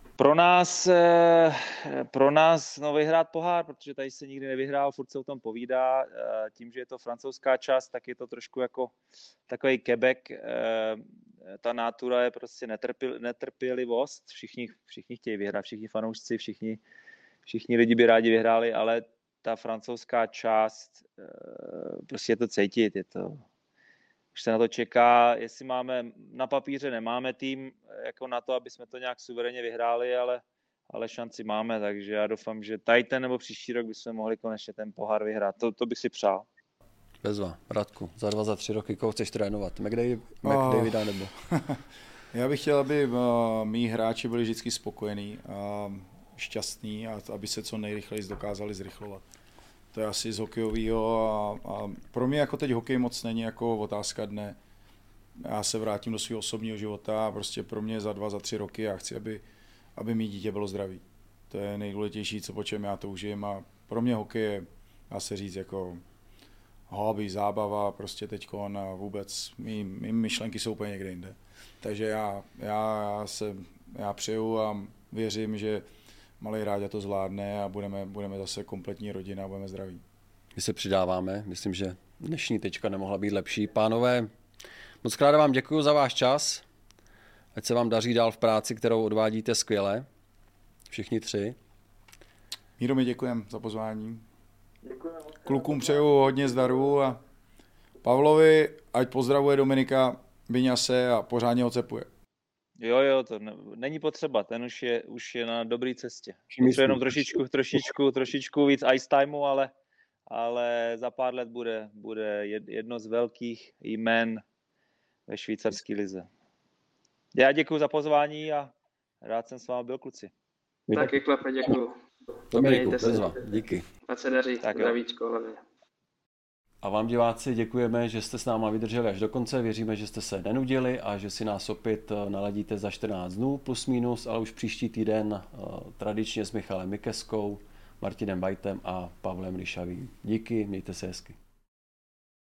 Pro nás vyhrát pohár, protože tady se nikdy nevyhrál, furt se o tom povídá. Tím, že je to francouzská část, tak je to trošku jako takový Quebec. Ta nátura je prostě netrpělivost. Všichni chtějí vyhrát, všichni fanoušci, všichni lidi by rádi vyhráli, ale ta francouzská část, prostě je to cítit, už se na to čeká, jestli na papíře nemáme tým jako na to, aby jsme to nějak suverénně vyhráli, ale šanci máme, takže já doufám, že tady ten nebo příští rok bychom mohli konečně ten pohár vyhrát. To bych si přál. Bezva, Radku, za 2, za 3 roky koho chceš trénovat? McDavida nebo? Já bych chtěl, aby mý hráči byli vždycky spokojení a šťastní a aby se co nejrychleji dokázali zrychlovat. To je asi z hokejového a pro mě jako teď hokej moc není jako otázka dne. Já se vrátím do svého osobního života a prostě pro mě za 2, za 3 roky já chci, aby mý dítě bylo zdravý. To je nejdůležitější, po čem já toužím a pro mě hokej je, dá se říct, jako hobby, zábava, prostě teďkon a vůbec mý myšlenky jsou úplně někde jinde. Takže já přeju a věřím, že malý Ráďa to zvládne a budeme zase kompletní rodina a budeme zdraví. My se přidáváme, myslím, že dnešní tečka nemohla být lepší. Pánové, moc krát vám děkuji za váš čas, ať se vám daří dál v práci, kterou odvádíte skvěle, všichni 3. Míro, mi děkujem za pozvání. Klukům přeju hodně zdaru a Pavlovi, ať pozdravuje Dominika Viňase a pořádně ho cepuje. Jo, to není potřeba, ten už je na dobré cestě. Potřebuje jenom trošičku víc ice timeu, ale za pár let bude jedno z velkých jmen ve švýcarské lize. Já děkuji za pozvání a rád jsem s vámi byl, kluci. Taky Klepe, děkuji. Dominiku, bezva, díky. Ať se daří, zdravíčko hlavně. A vám diváci děkujeme, že jste s náma vydrželi až do konce. Věříme, že jste se nenudili a že si nás opět naladíte za 14 dnů plus minus, ale už příští týden tradičně s Michalem Mikeskou, Martinem Bajtem a Pavlem Ryšavým. Díky, mějte se hezky.